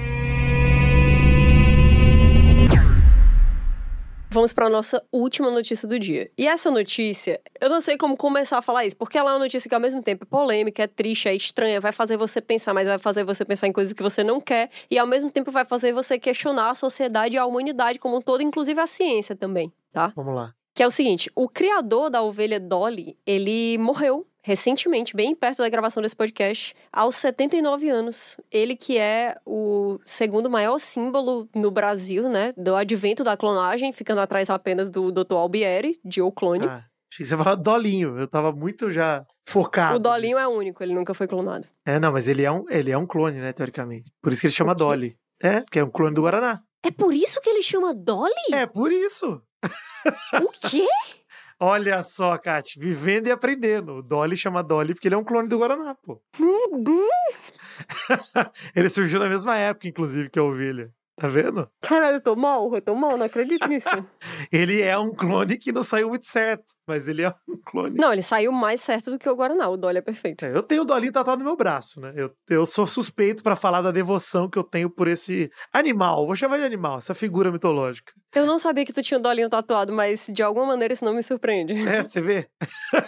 Vamos para a nossa última notícia do dia. E essa notícia, eu não sei como começar a falar isso, porque ela é uma notícia que ao mesmo tempo é polêmica, é triste, é estranha, vai fazer você pensar, mas vai fazer você pensar em coisas que você não quer, e ao mesmo tempo vai fazer você questionar a sociedade e a humanidade como um todo, inclusive a ciência também, tá? Vamos lá. Que é o seguinte, o criador da ovelha Dolly, ele morreu recentemente, bem perto da gravação desse podcast, aos setenta e nove anos. Ele que é o segundo maior símbolo no Brasil, né, do advento da clonagem, ficando atrás apenas do doutor Albieri, de O Clone. Ah, achei que você falava Dolinho, eu tava muito já focado. O Dolinho nisso. é único, ele nunca foi clonado. É, não, mas ele é um, ele é um clone, né, teoricamente. Por isso que ele chama Dolly. É, porque é um clone do Guaraná. É por isso que ele chama Dolly? É, por isso. O quê? Olha só, Kati, vivendo e aprendendo. O Dolly chama Dolly porque ele é um clone do Guaraná, pô. Meu Deus! Ele surgiu na mesma época, inclusive, que a ovelha. Tá vendo? Caralho, eu tô mal, eu tô mal, não acredito nisso. Ele é um clone que não saiu muito certo, mas ele é um clone. Não, ele saiu mais certo do que o Guaraná, o Dolly é perfeito. É, eu tenho o Dolinho tatuado no meu braço, né? Eu, eu sou suspeito pra falar da devoção que eu tenho por esse animal, vou chamar de animal, essa figura mitológica. Eu não sabia que tu tinha o Dolinho tatuado, mas de alguma maneira isso não me surpreende. É, você vê?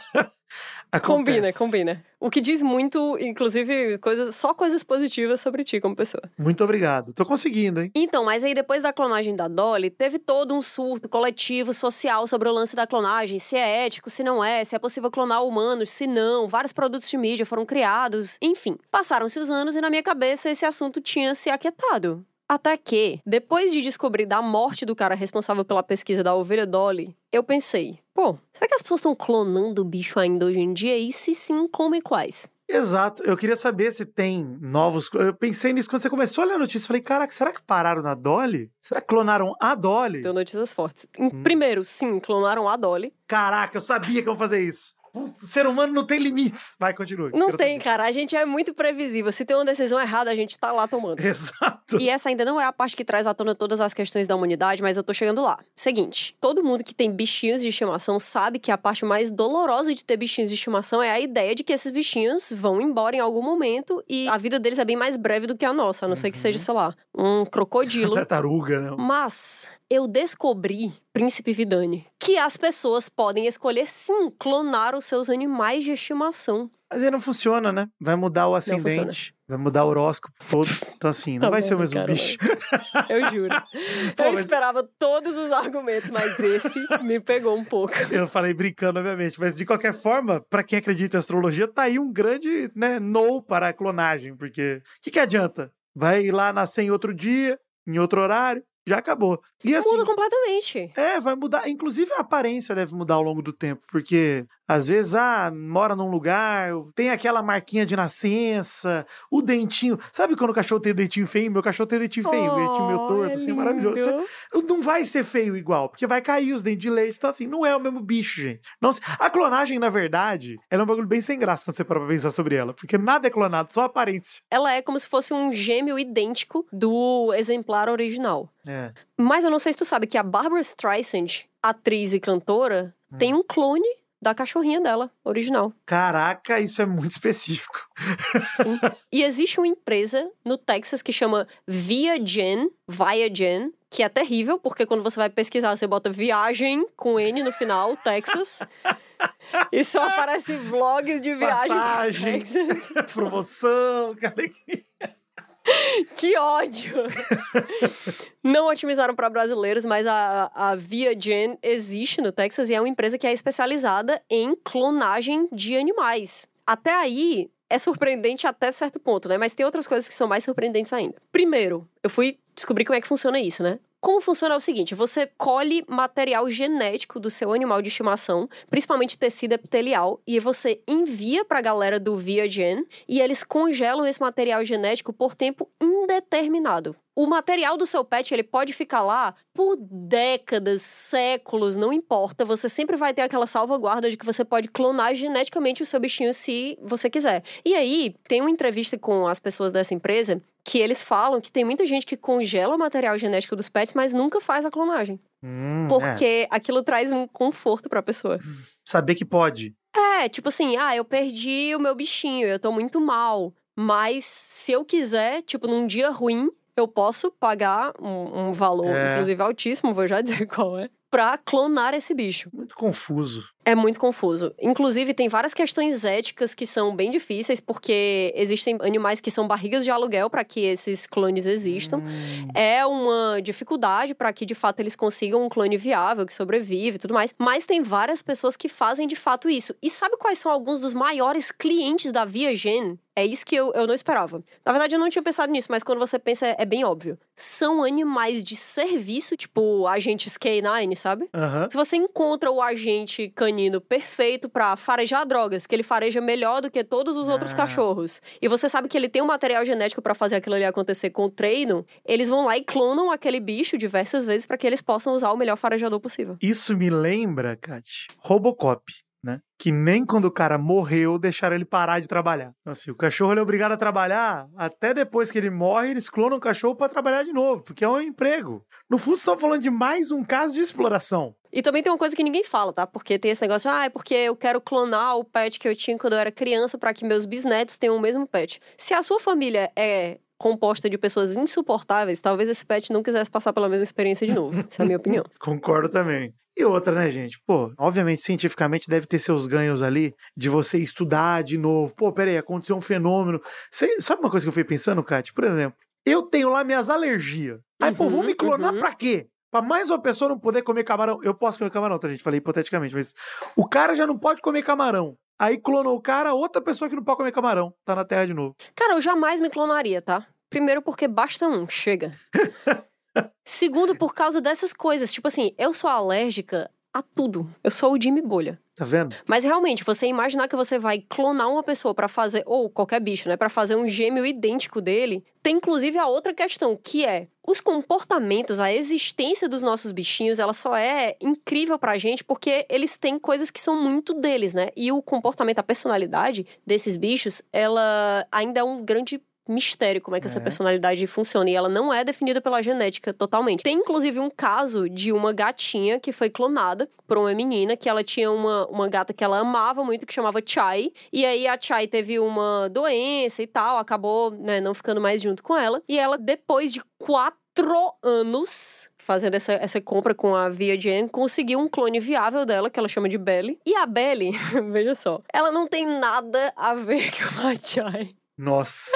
Acontece. Combina, combina. O que diz muito, inclusive, coisas, só coisas positivas sobre ti como pessoa. Muito obrigado. Tô conseguindo, hein? Então, mas aí depois da clonagem da Dolly, teve todo um surto coletivo, social sobre o lance da clonagem, se é ético, se não é, se é possível clonar humanos, se não, vários produtos de mídia foram criados, enfim. Passaram-se os anos e na minha cabeça esse assunto tinha se aquietado. Até que, depois de descobrir da morte do cara responsável pela pesquisa da ovelha Dolly, eu pensei, pô, será que as pessoas estão clonando o bicho ainda hoje em dia? E se sim, como e quais? Exato. Eu queria saber se tem novos... Eu pensei nisso quando você começou a ler a notícia. Falei, caraca, será que pararam na Dolly? Será que clonaram a Dolly? Tenho notícias fortes. Hum. Primeiro, sim, clonaram a Dolly. Caraca, eu sabia que iam fazer isso. O ser humano não tem limites. Vai, continue. Não tem, saber. Cara. A gente é muito previsível. Se tem uma decisão errada, a gente tá lá tomando. Exato. E essa ainda não é a parte que traz à tona todas as questões da humanidade, mas eu tô chegando lá. Seguinte, todo mundo que tem bichinhos de estimação sabe que a parte mais dolorosa de ter bichinhos de estimação é a ideia de que esses bichinhos vão embora em algum momento e a vida deles é bem mais breve do que a nossa, a não uhum. ser que seja, sei lá, um crocodilo. Tartaruga, né? Mas eu descobri, Príncipe Vidani, que as pessoas podem escolher, sim, clonar os seus animais de estimação. Mas aí não funciona, né? Vai mudar o ascendente, vai mudar o horóscopo todo. Então assim, não tá vai bom, ser o mesmo cara, bicho. Eu juro. Pô, eu mas... esperava todos os argumentos, mas esse me pegou um pouco. Eu falei brincando, obviamente. Mas de qualquer forma, pra quem acredita em astrologia, tá aí um grande, né, no para a clonagem. Porque o que, que adianta? Vai ir lá nascer em outro dia, em outro horário. Já acabou. E assim, muda completamente. É, vai mudar. Inclusive a aparência deve mudar ao longo do tempo. Porque, às vezes, ah, mora num lugar, tem aquela marquinha de nascença, o dentinho. Sabe quando o cachorro tem dentinho feio? Meu cachorro tem dentinho feio, oh, dentinho meio torto, é assim, lindo. Maravilhoso. Não vai ser feio igual, porque vai cair os dentes de leite. Então, assim, não é o mesmo bicho, gente. Não, a clonagem, na verdade, ela é um bagulho bem sem graça quando você para pra pensar sobre ela. Porque nada é clonado, só a aparência. Ela é como se fosse um gêmeo idêntico do exemplar original. É. Mas eu não sei se tu sabe que a Barbra Streisand, atriz e cantora, hum. tem um clone da cachorrinha dela, original. Caraca, isso é muito específico. Sim. E existe uma empresa no Texas que chama Viagen, Viagen, que é terrível, porque quando você vai pesquisar, você bota viagem com N no final, Texas. E só aparece vlogs de viagem. Passagem, Texas. Promoção, que alegria. Que ódio! Não otimizaram para brasileiros, mas a, a Viagen existe no Texas e é uma empresa que é especializada em clonagem de animais. Até aí, é surpreendente até certo ponto, né? Mas tem outras coisas que são mais surpreendentes ainda. Primeiro, eu fui descobrir como é que funciona isso, né? Como funciona é o seguinte, você colhe material genético do seu animal de estimação, principalmente tecido epitelial, e você envia pra galera do Viagen e eles congelam esse material genético por tempo indeterminado. O material do seu pet, ele pode ficar lá por décadas, séculos, não importa. Você sempre vai ter aquela salvaguarda de que você pode clonar geneticamente o seu bichinho se você quiser. E aí, tem uma entrevista com as pessoas dessa empresa que eles falam que tem muita gente que congela o material genético dos pets, mas nunca faz a clonagem. Hum, porque é. aquilo traz um conforto pra pessoa. Saber que pode. É, tipo assim, ah, eu perdi o meu bichinho, eu tô muito mal. Mas se eu quiser, tipo, num dia ruim, eu posso pagar um, um valor, é. inclusive altíssimo, vou já dizer qual é, pra clonar esse bicho. Muito confuso. É muito confuso. Inclusive, tem várias questões éticas que são bem difíceis, porque existem animais que são barrigas de aluguel para que esses clones existam. Hum. É uma dificuldade para que, de fato, eles consigam um clone viável, que sobrevive e tudo mais. Mas tem várias pessoas que fazem, de fato, isso. E sabe quais são alguns dos maiores clientes da Viagen? É isso que eu, eu não esperava. Na verdade, eu não tinha pensado nisso, mas quando você pensa, é, é bem óbvio. São animais de serviço, tipo agentes K nove, sabe? Uhum. Se você encontra o agente canino perfeito pra farejar drogas, que ele fareja melhor do que todos os ah. outros cachorros, e você sabe que ele tem um material genético pra fazer aquilo ali acontecer com o treino, eles vão lá e clonam aquele bicho diversas vezes pra que eles possam usar o melhor farejador possível. Isso me lembra, Kat, Robocop. Né? Que nem quando o cara morreu, deixaram ele parar de trabalhar. Então, assim, o cachorro ele é obrigado a trabalhar, até depois que ele morre, eles clonam o cachorro pra trabalhar de novo, porque é um emprego. No fundo, estão falando de mais um caso de exploração. E também tem uma coisa que ninguém fala, tá? Porque tem esse negócio, ah, é porque eu quero clonar o pet que eu tinha quando eu era criança pra que meus bisnetos tenham o mesmo pet. Se a sua família é composta de pessoas insuportáveis, talvez esse pet não quisesse passar pela mesma experiência de novo. Essa é a minha opinião. Concordo também. E outra, né, gente? Pô, obviamente, cientificamente, deve ter seus ganhos ali de você estudar de novo. Pô, peraí, aconteceu um fenômeno. Cê, sabe uma coisa que eu fui pensando, Kátia? Por exemplo, eu tenho lá minhas alergias. Aí, uhum, pô, vão me clonar uhum. pra quê? Pra mais uma pessoa não poder comer camarão. Eu posso comer camarão, tá, gente? Falei hipoteticamente, mas o cara já não pode comer camarão. Aí clonou o cara, outra pessoa que não pode comer camarão. Tá na Terra de novo. Cara, eu jamais me clonaria, tá? Primeiro porque basta um, chega. Segundo, por causa dessas coisas. Tipo assim, eu sou alérgica a tudo. Eu sou o Jimmy Bolha. Tá vendo? Mas realmente, você imaginar que você vai clonar uma pessoa pra fazer, ou qualquer bicho, né, pra fazer um gêmeo idêntico dele, tem inclusive a outra questão, que é os comportamentos, a existência dos nossos bichinhos, ela só é incrível pra gente porque eles têm coisas que são muito deles, né? E o comportamento, a personalidade desses bichos, ela ainda é um grande mistério como é que é. essa personalidade funciona. E ela não é definida pela genética totalmente. Tem, inclusive, um caso de uma gatinha que foi clonada por uma menina, que ela tinha uma, uma gata que ela amava muito, que chamava Chai. E aí, a Chai teve uma doença e tal, acabou, né, não ficando mais junto com ela. E ela, depois de quatro anos fazendo essa, essa compra com a Viagen, conseguiu um clone viável dela, que ela chama de Belly. E a Belly, veja só, ela não tem nada a ver com a Chai. Nossa.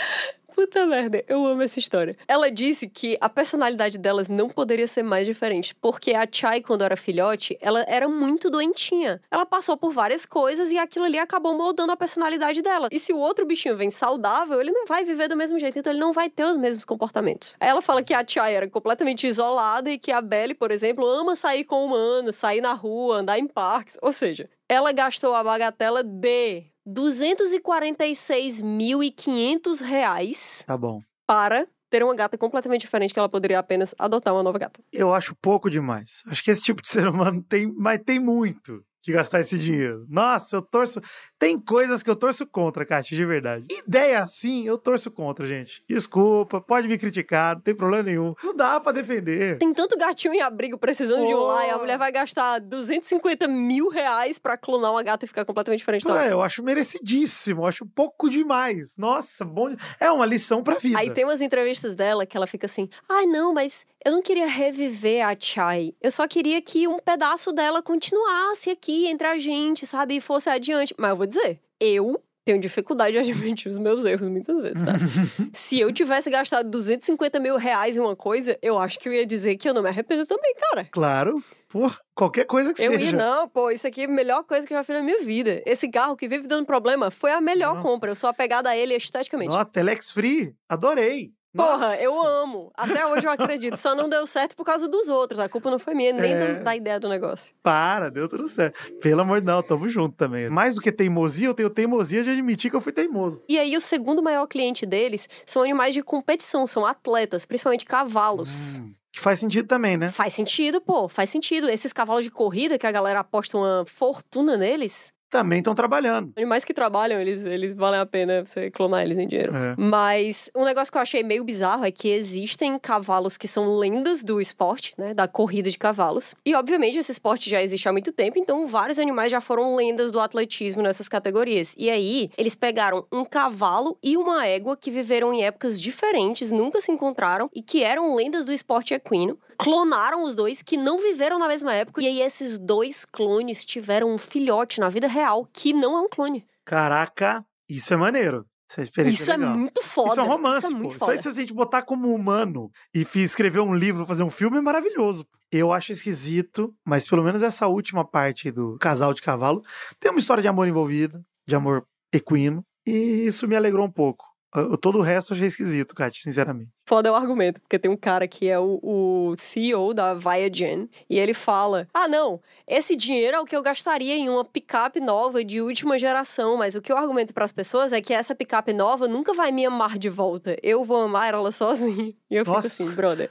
Puta merda, eu amo essa história. Ela disse que a personalidade delas não poderia ser mais diferente, porque a Chai, quando era filhote, ela era muito doentinha. Ela passou por várias coisas e aquilo ali acabou moldando a personalidade dela. E se o outro bichinho vem saudável, ele não vai viver do mesmo jeito, então ele não vai ter os mesmos comportamentos. Aí ela fala que a Chai era completamente isolada e que a Belly, por exemplo, ama sair com humanos, sair na rua, andar em parques. Ou seja, ela gastou a bagatela de duzentos e quarenta e seis mil e quinhentos reais. Tá bom. Para ter uma gata completamente diferente, que ela poderia apenas adotar uma nova gata. Eu acho pouco demais. Acho que esse tipo de ser humano tem, mas tem muito que gastar esse dinheiro. Nossa, eu torço... Tem coisas que eu torço contra, Kátia, de verdade. Ideia assim, eu torço contra, gente. Desculpa, pode me criticar, não tem problema nenhum. Não dá pra defender. Tem tanto gatinho em abrigo precisando oh. de um lar, e a mulher vai gastar duzentos e cinquenta mil reais pra clonar uma gata e ficar completamente diferente da outra. É, eu acho merecidíssimo, eu acho pouco demais. Nossa, bom... É uma lição pra vida. Aí tem umas entrevistas dela que ela fica assim, ai, ah, não, mas eu não queria reviver a Chai. Eu só queria que um pedaço dela continuasse aqui entre a gente, sabe? E fosse adiante. Mas eu vou dizer, eu tenho dificuldade de admitir os meus erros muitas vezes, tá? Se eu tivesse gastado duzentos e cinquenta mil reais em uma coisa, eu acho que eu ia dizer que eu não me arrependo também, cara. Claro. Pô, qualquer coisa que eu seja. Eu ia, não, pô, isso aqui é a melhor coisa que eu já fiz na minha vida. Esse carro que vive dando problema foi a melhor não. compra. Eu sou apegada a ele esteticamente. Ó, Telex Free, adorei. Porra, Nossa. eu amo. Até hoje eu acredito. Só não deu certo por causa dos outros. A culpa não foi minha, nem é... do, da ideia do negócio. Para, deu tudo certo. Pelo amor de Deus, tamo junto também. Mais do que teimosia, eu tenho teimosia de admitir que eu fui teimoso. E aí, o segundo maior cliente deles são animais de competição, são atletas, principalmente cavalos. Hum. Que faz sentido também, né? Faz sentido, pô, faz sentido. Esses cavalos de corrida que a galera aposta uma fortuna neles... Também estão trabalhando. Animais que trabalham, eles, eles valem a pena você clonar eles em dinheiro. É. Mas um negócio que eu achei meio bizarro é que existem cavalos que são lendas do esporte, né? Da corrida de cavalos. E, obviamente, esse esporte já existe há muito tempo, então vários animais já foram lendas do atletismo nessas categorias. E aí, eles pegaram um cavalo e uma égua que viveram em épocas diferentes, nunca se encontraram, e que eram lendas do esporte equino. Clonaram os dois, que não viveram na mesma época. E aí, esses dois clones tiveram um filhote na vida real, que não é um clone. Caraca, isso é maneiro. Essa experiência isso é legal. é muito foda. Isso é um romance, isso é pô. muito Isso foda. aí, se a gente botar como humano e escrever um livro, fazer um filme, é maravilhoso. Eu acho esquisito, mas pelo menos essa última parte do casal de cavalo tem uma história de amor envolvida, de amor equino, e isso me alegrou um pouco. Todo o resto eu achei esquisito, Kátia, sinceramente. Foda é o argumento, porque tem um cara que é o, o C E O da Viagen, e ele fala, ah, não, esse dinheiro é o que eu gastaria em uma picape nova de última geração, mas o que eu argumento pras pessoas é que essa picape nova nunca vai me amar de volta, eu vou amar ela sozinho. E eu Nossa. fico assim, brother...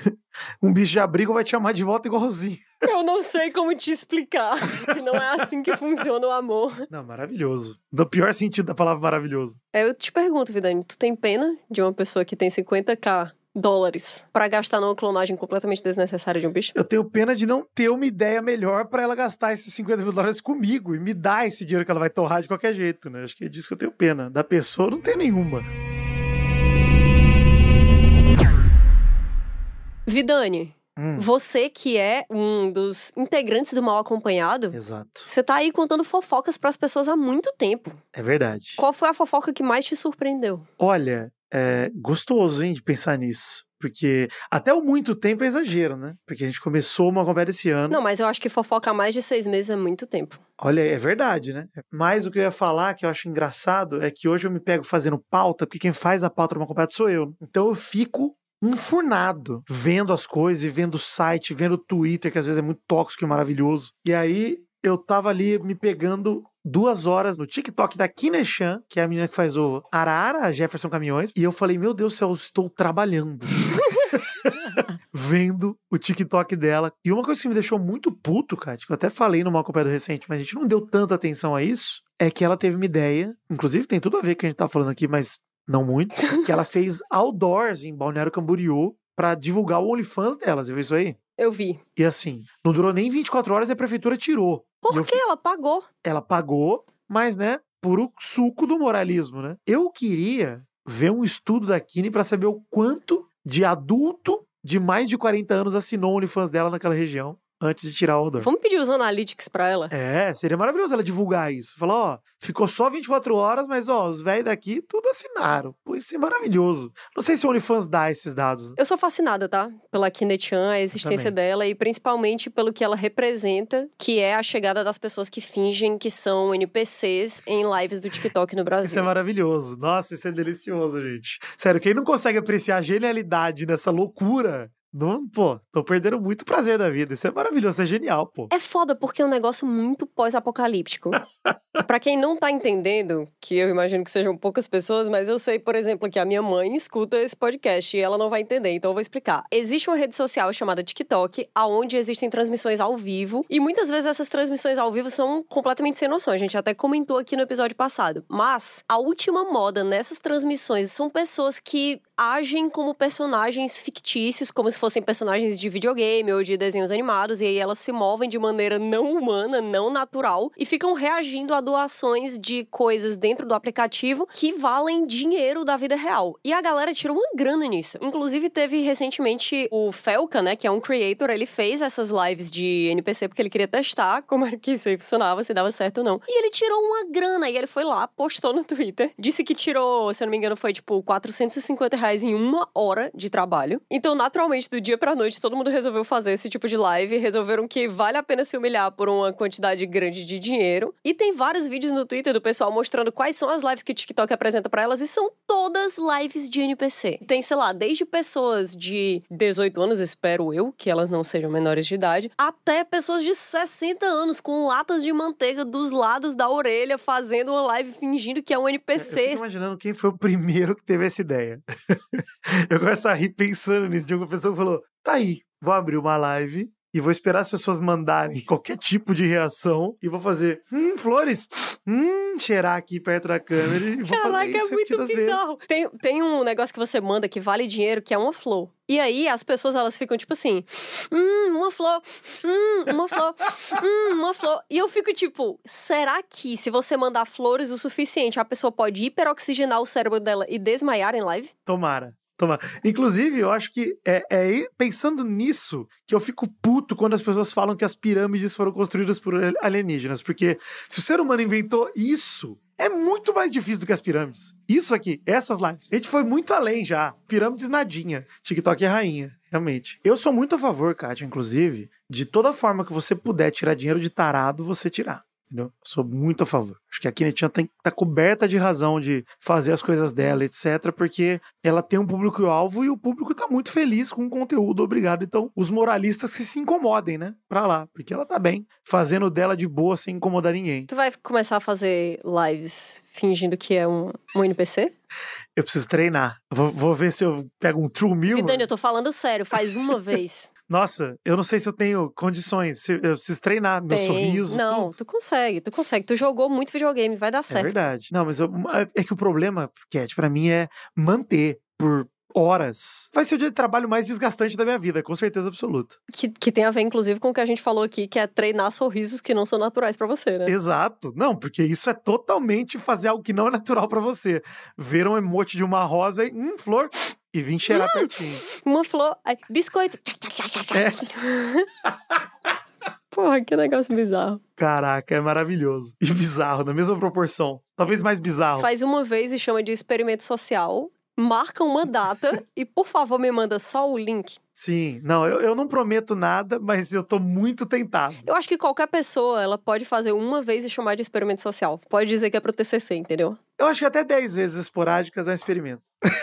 Um bicho de abrigo vai te amar de volta igualzinho. Eu não sei como te explicar, que não é assim que funciona o amor. Não, maravilhoso. No pior sentido da palavra maravilhoso. Eu te pergunto, Vidani, tu tem pena de uma pessoa que tem cinquenta mil dólares pra gastar numa clonagem completamente desnecessária de um bicho? Eu tenho pena de não ter uma ideia melhor pra ela gastar esses cinquenta mil dólares comigo e me dar esse dinheiro que ela vai torrar de qualquer jeito, né? Acho que é disso que eu tenho pena. Da pessoa não tem nenhuma. Vidani, Hum. Você que é um dos integrantes do Mal Acompanhado, Exato. você tá aí contando fofocas pras pessoas há muito tempo. É verdade. Qual foi a fofoca que mais te surpreendeu? Olha, é gostoso, hein, de pensar nisso. Porque até o muito tempo é exagero, né? Porque a gente começou uma conversa esse ano. Não, mas eu acho que fofoca há mais de seis meses é muito tempo. Olha, é verdade, né? Mas o que eu ia falar, que eu acho engraçado, é que hoje eu me pego fazendo pauta, porque quem faz a pauta numa conversa sou eu. Então eu fico enfurnado, vendo as coisas, e vendo o site, vendo o Twitter, que às vezes é muito tóxico e maravilhoso. E aí eu tava ali me pegando duas horas no TikTok da Kineshan, que é a menina que faz o Arara, Jefferson Caminhões, e eu falei, meu Deus do céu, eu estou trabalhando. Vendo o TikTok dela. E uma coisa que me deixou muito puto, cara, que eu até falei no Mal Acompanhado recente, mas a gente não deu tanta atenção a isso, é que ela teve uma ideia, inclusive tem tudo a ver com o que a gente tá falando aqui, mas não muito, que ela fez outdoors em Balneário Camboriú pra divulgar o OnlyFans dela. Você viu isso aí? Eu vi. E assim, não durou nem vinte e quatro horas e a prefeitura tirou. Por E eu que ela pagou? Ela pagou, mas, né, puro suco do moralismo, né? Eu queria ver um estudo da Kine pra saber o quanto de adulto de mais de quarenta anos assinou o OnlyFans dela naquela região antes de tirar o odor. Vamos pedir os analytics pra ela? É, seria maravilhoso ela divulgar isso. Falar, ó, ficou só vinte e quatro horas, mas, ó, os velhos daqui tudo assinaram. Pô, isso é maravilhoso. Não sei se o OnlyFans dá esses dados. Eu sou fascinada, tá? Pela Kine-chan, a existência dela e principalmente pelo que ela representa, que é a chegada das pessoas que fingem que são N P Cs em lives do TikTok no Brasil. Isso é maravilhoso. Nossa, isso é delicioso, gente. Sério, quem não consegue apreciar a genialidade nessa loucura... Não, pô, tô perdendo muito prazer da vida. Isso é maravilhoso, isso é genial, pô. É foda porque é um negócio muito pós-apocalíptico. Pra quem não tá entendendo, que eu imagino que sejam poucas pessoas, mas eu sei, por exemplo, que a minha mãe escuta esse podcast e ela não vai entender, então eu vou explicar. Existe uma rede social chamada TikTok, aonde existem transmissões ao vivo, e muitas vezes essas transmissões ao vivo são completamente sem noção. A gente até comentou aqui no episódio passado. Mas a última moda nessas transmissões são pessoas que agem como personagens fictícios, como se fossem personagens de videogame ou de desenhos animados, e aí elas se movem de maneira não humana, não natural, e ficam reagindo a doações de coisas dentro do aplicativo que valem dinheiro da vida real. E a galera tirou uma grana nisso. Inclusive, teve recentemente o Felca, né, que é um creator, ele fez essas lives de N P C porque ele queria testar como era que isso aí funcionava, se dava certo ou não. E ele tirou uma grana, e ele foi lá, postou no Twitter, disse que tirou, se eu não me engano, foi tipo quatrocentos e cinquenta reais em uma hora de trabalho. Então, naturalmente, do dia pra noite, todo mundo resolveu fazer esse tipo de live, resolveram que vale a pena se humilhar por uma quantidade grande de dinheiro. E tem vários vídeos no Twitter do pessoal mostrando quais são as lives que o TikTok apresenta pra elas, e são todas lives de N P C. Tem, sei lá, desde pessoas de dezoito anos, espero eu, que elas não sejam menores de idade, até pessoas de sessenta anos com latas de manteiga dos lados da orelha, fazendo uma live fingindo que é um N P C. Eu fico imaginando quem foi o primeiro que teve essa ideia. Eu começo a rir pensando nisso, de uma pessoa que falou, tá aí, vou abrir uma live e vou esperar as pessoas mandarem qualquer tipo de reação e vou fazer, hum, flores, hum, cheirar aqui perto da câmera e vou Caraca, fazer isso é muito repetidas bizarro. vezes. Tem, tem um negócio que você manda que vale dinheiro, que é uma flor. E aí, as pessoas, elas ficam tipo assim, hum, uma flor, hum, uma flor, hum, uma flor. E eu fico tipo, será que se você mandar flores o suficiente, a pessoa pode hiperoxigenar o cérebro dela e desmaiar em live? Tomara. Toma. Inclusive, eu acho que é, é pensando nisso que eu fico puto quando as pessoas falam que as pirâmides foram construídas por alienígenas. Porque se o ser humano inventou isso, é muito mais difícil do que as pirâmides. Isso aqui, essas lives. A gente foi muito além já. Pirâmides nadinha. TikTok é rainha, realmente. Eu sou muito a favor, Kátia, inclusive, de toda forma que você puder tirar dinheiro de tarado, você tirar. Entendeu? Sou muito a favor. Acho que a Kine-chan tem que estar coberta de razão de fazer as coisas dela, etcétera, porque ela tem um público-alvo e o público tá muito feliz com o conteúdo, obrigado. Então, os moralistas que se incomodem, né? Pra lá, porque ela tá bem, fazendo dela de boa, sem incomodar ninguém. Tu vai começar a fazer lives fingindo que é um, um N P C? Eu preciso treinar. Vou, vou ver se eu pego um True Mirror. Vidani, eu tô falando sério, faz uma vez. Nossa, eu não sei se eu tenho condições. Eu preciso treinar meu Tem. sorriso. Não, tudo. tu consegue, tu consegue. Tu jogou muito videogame, vai dar certo. É verdade. Não, mas eu, é que o problema, Cat, pra mim é manter por horas. Vai ser o dia de trabalho mais desgastante da minha vida, com certeza absoluta. Que, que tem a ver, inclusive, com o que a gente falou aqui, que é treinar sorrisos que não são naturais pra você, né? Exato. Não, porque isso é totalmente fazer algo que não é natural pra você. Ver um emote de uma rosa e, hum, flor... e vim cheirar hum, pertinho. Uma flor, aí, biscoito. É. Porra, que negócio bizarro. Caraca, é maravilhoso. E bizarro, na mesma proporção. Talvez mais bizarro. Faz uma vez e chama de experimento social. Marca uma data e, por favor, me manda só o link. Sim. Não, eu, eu não prometo nada, mas eu tô muito tentado. Eu acho que qualquer pessoa, ela pode fazer uma vez e chamar de experimento social. Pode dizer que é pro T C C, entendeu? Eu acho que até dez vezes esporádicas é um experimento.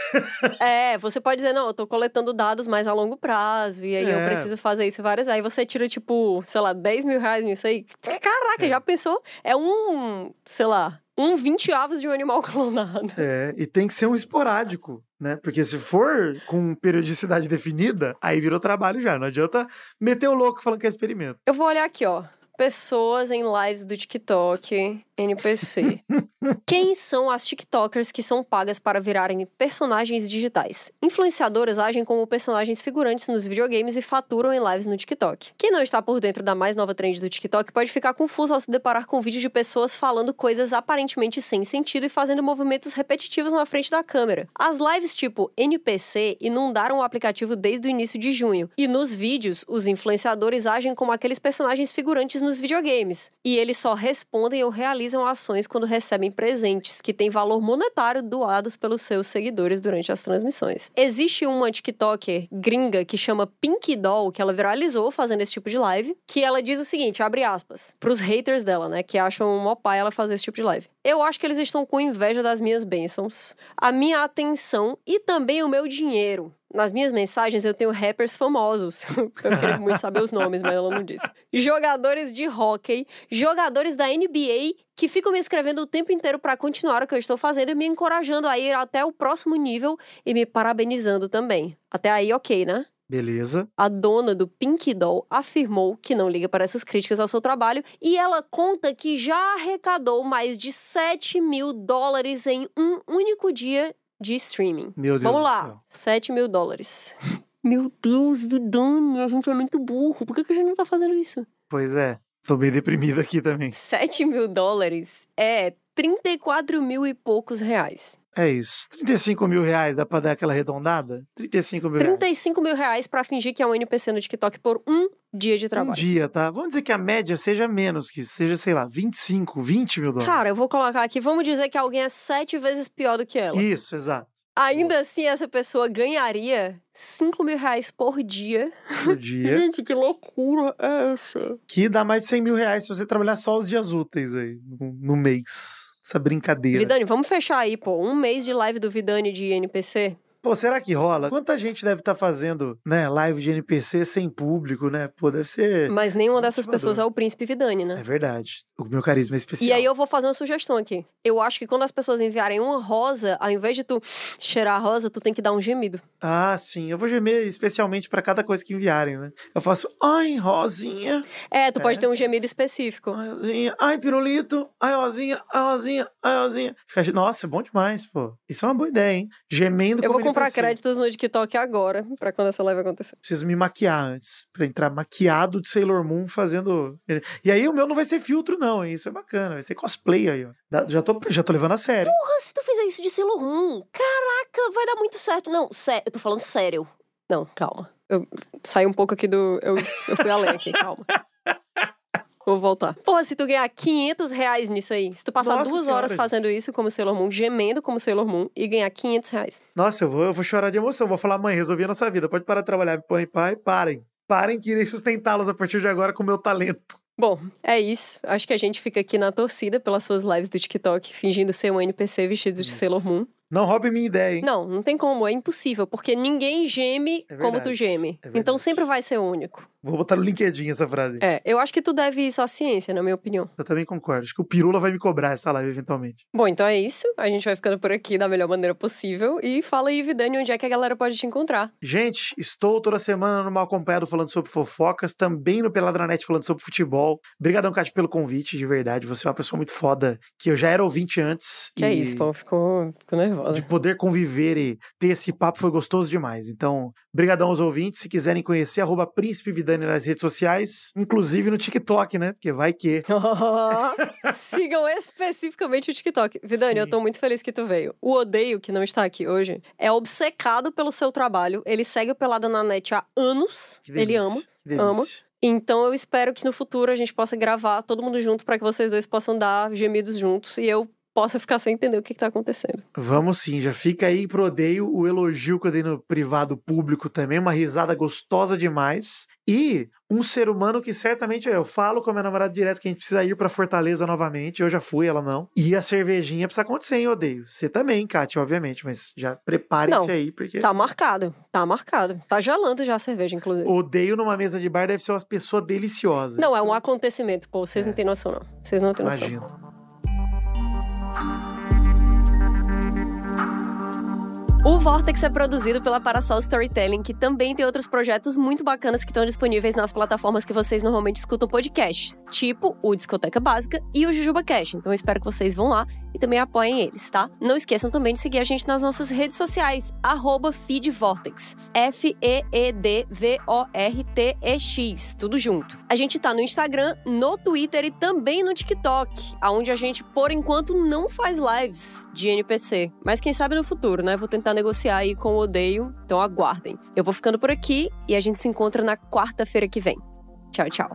É, você pode dizer, não, eu tô coletando dados mais a longo prazo, e aí é. eu preciso fazer isso várias vezes. Aí você tira, tipo, sei lá, dez mil reais nisso aí. Caraca, é. já pensou? É um, sei lá, um vinte avos de um animal clonado. É, e tem que ser um esporádico, né? Porque se for com periodicidade definida, aí virou trabalho já. Não adianta meter o louco falando que é experimento. Eu vou olhar aqui, ó. Pessoas em lives do TikTok, N P C. Quem são as TikTokers que são pagas para virarem personagens digitais? Influenciadoras agem como personagens figurantes nos videogames e faturam em lives no TikTok. Quem não está por dentro da mais nova trend do TikTok pode ficar confuso ao se deparar com vídeos de pessoas falando coisas aparentemente sem sentido e fazendo movimentos repetitivos na frente da câmera. As lives tipo N P C inundaram o aplicativo desde o início de junho. E nos vídeos, os influenciadores agem como aqueles personagens figurantes nos videogames. E eles só respondem ou realizam ações quando recebem presentes que têm valor monetário doados pelos seus seguidores durante as transmissões. Existe uma TikToker gringa que chama Pink Doll, que ela viralizou fazendo esse tipo de live, que ela diz o seguinte, abre aspas, pros haters dela, né, que acham mó pai ela fazer esse tipo de live. Eu acho que eles estão com inveja das minhas bênçãos, a minha atenção e também o meu dinheiro. Nas minhas mensagens eu tenho rappers famosos. Eu queria muito saber os nomes, mas ela não disse. Jogadores de hóquei, jogadores da N B A que ficam me escrevendo o tempo inteiro pra continuar o que eu estou fazendo e me encorajando a ir até o próximo nível e me parabenizando também. Até aí, ok, né? Beleza. A dona do Pink Doll afirmou que não liga para essas críticas ao seu trabalho e ela conta que já arrecadou mais de sete mil dólares em um único dia de streaming. Meu Deus. Vamos lá, sete mil dólares. Meu Deus, Vidani, a gente é muito burro. Por que que a gente não tá fazendo isso? Pois é, tô bem deprimido aqui também. sete mil dólares é trinta e quatro mil e poucos reais. É isso. trinta e cinco mil reais, dá pra dar aquela arredondada? trinta e cinco mil reais. trinta e cinco mil reais pra fingir que é um N P C no TikTok por um dia de trabalho. Um dia, tá? Vamos dizer que a média seja menos que isso. Seja, sei lá, vinte e cinco, vinte mil dólares. Cara, eu vou colocar aqui, vamos dizer que alguém é sete vezes pior do que ela. Isso, exato. Ainda assim, essa pessoa ganharia cinco mil reais por dia. Por dia. Gente, que loucura é essa? Que dá mais de cem mil reais se você trabalhar só os dias úteis aí, no, no mês. Essa brincadeira. Vidani, vamos fechar aí, pô. Um mês de live do Vidani de N P C. Pô, será que rola? Quanta gente deve estar tá fazendo, né, live de N P C sem público, né? Pô, deve ser... Mas nenhuma dessas pessoas é o Príncipe Vidani, né? É verdade. O meu carisma é especial. E aí eu vou fazer uma sugestão aqui. Eu acho que quando as pessoas enviarem uma rosa, ao invés de tu cheirar a rosa, tu tem que dar um gemido. Ah, sim. Eu vou gemer especialmente pra cada coisa que enviarem, né? Eu faço, ai, rosinha. É, tu é. pode ter um gemido específico. Ai, rosinha. Ai, pirulito. Ai, rosinha. Ai, rosinha. Ai, rosinha. Fica... Nossa, é bom demais, pô. Isso é uma boa ideia, hein? Gemendo Eu como vou comprar N P C. créditos no TikTok agora, pra quando essa live acontecer. Preciso me maquiar antes, pra entrar maquiado de Sailor Moon fazendo... E aí o meu não vai ser filtro não, hein? Isso é bacana, vai ser cosplay aí, ó. Já tô, já tô levando a sério. Porra, se tu fizer isso de Sailor Moon, caraca, vai dar muito certo. Não, sé... eu tô falando sério. Não, calma. Eu saí um pouco aqui do... Eu, eu fui além aqui, calma. Vou voltar. Porra, se tu ganhar quinhentos reais nisso aí, se tu passar Nossa duas senhora, horas fazendo isso como Sailor Moon, gemendo como Sailor Moon e ganhar quinhentos reais. Nossa, eu vou, eu vou chorar de emoção. Vou falar, mãe, resolvi a nossa vida. Pode parar de trabalhar, me põe pai, parem. Parem que irei sustentá-los a partir de agora com o meu talento. Bom, é isso. Acho que a gente fica aqui na torcida pelas suas lives do TikTok, fingindo ser um N P C vestido de isso. Sailor Moon. Não roube minha ideia, hein? Não, não tem como, é impossível, porque ninguém geme é como tu geme. É então sempre vai ser único. Vou botar no LinkedIn essa frase. É, eu acho que tu deve isso à ciência, na minha opinião. Eu também concordo. Acho que o Pirula vai me cobrar essa live eventualmente. Bom, então é isso. A gente vai ficando por aqui da melhor maneira possível. E fala aí, Vidani, onde é que a galera pode te encontrar? Gente, estou toda semana no Mal Acompanhado falando sobre fofocas, também no Peladranet falando sobre futebol. Obrigadão, Cátia, pelo convite, de verdade. Você é uma pessoa muito foda, que eu já era ouvinte antes. Que e... é isso, pô. Ficou, ficou nervosa. foda. de poder conviver e ter esse papo foi gostoso demais. Então, brigadão aos ouvintes. Se quiserem conhecer, arroba Príncipe Vidani nas redes sociais, inclusive no TikTok, né? Porque vai que... Sigam especificamente o TikTok. Vidani, Sim. eu tô muito feliz que tu veio. O Odeio, que não está aqui hoje, é obcecado pelo seu trabalho. Ele segue o Pelada na Net há anos. Ele ama, ama. Então eu espero que no futuro a gente possa gravar todo mundo junto pra que vocês dois possam dar gemidos juntos e eu possa ficar sem entender o que, que tá acontecendo. Vamos sim, já fica aí pro Odeio o elogio que eu dei no privado público também, uma risada gostosa demais. E um ser humano que certamente, eu falo com a minha namorada direto que a gente precisa ir pra Fortaleza novamente, eu já fui, ela não. E a cervejinha precisa acontecer, hein, Odeio? Você também, Kátia, obviamente, mas já prepare-se aí, porque... Tá marcado, tá marcado. Tá gelando já a cerveja, inclusive. Odeio numa mesa de bar deve ser uma pessoa deliciosa. Não, é um acontecimento, pô, vocês é. não têm noção, não. Vocês não têm noção. Imagino. O Vortex é produzido pela Parasol Storytelling, que também tem outros projetos muito bacanas que estão disponíveis nas plataformas que vocês normalmente escutam podcasts, tipo o Discoteca Básica e o Jujuba Cash. Então eu espero que vocês vão lá e também apoiem eles, tá? Não esqueçam também de seguir a gente nas nossas redes sociais, arroba feedvortex, F E E D V O R T E X, tudo junto. A gente tá no Instagram, no Twitter e também no TikTok, onde a gente, por enquanto, não faz lives de N P C, mas quem sabe no futuro, né? Vou tentar negociar aí com o Odeio, então aguardem. Eu vou ficando por aqui e a gente se encontra na quarta-feira que vem. Tchau, tchau.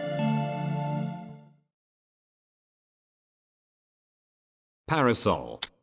Parasol.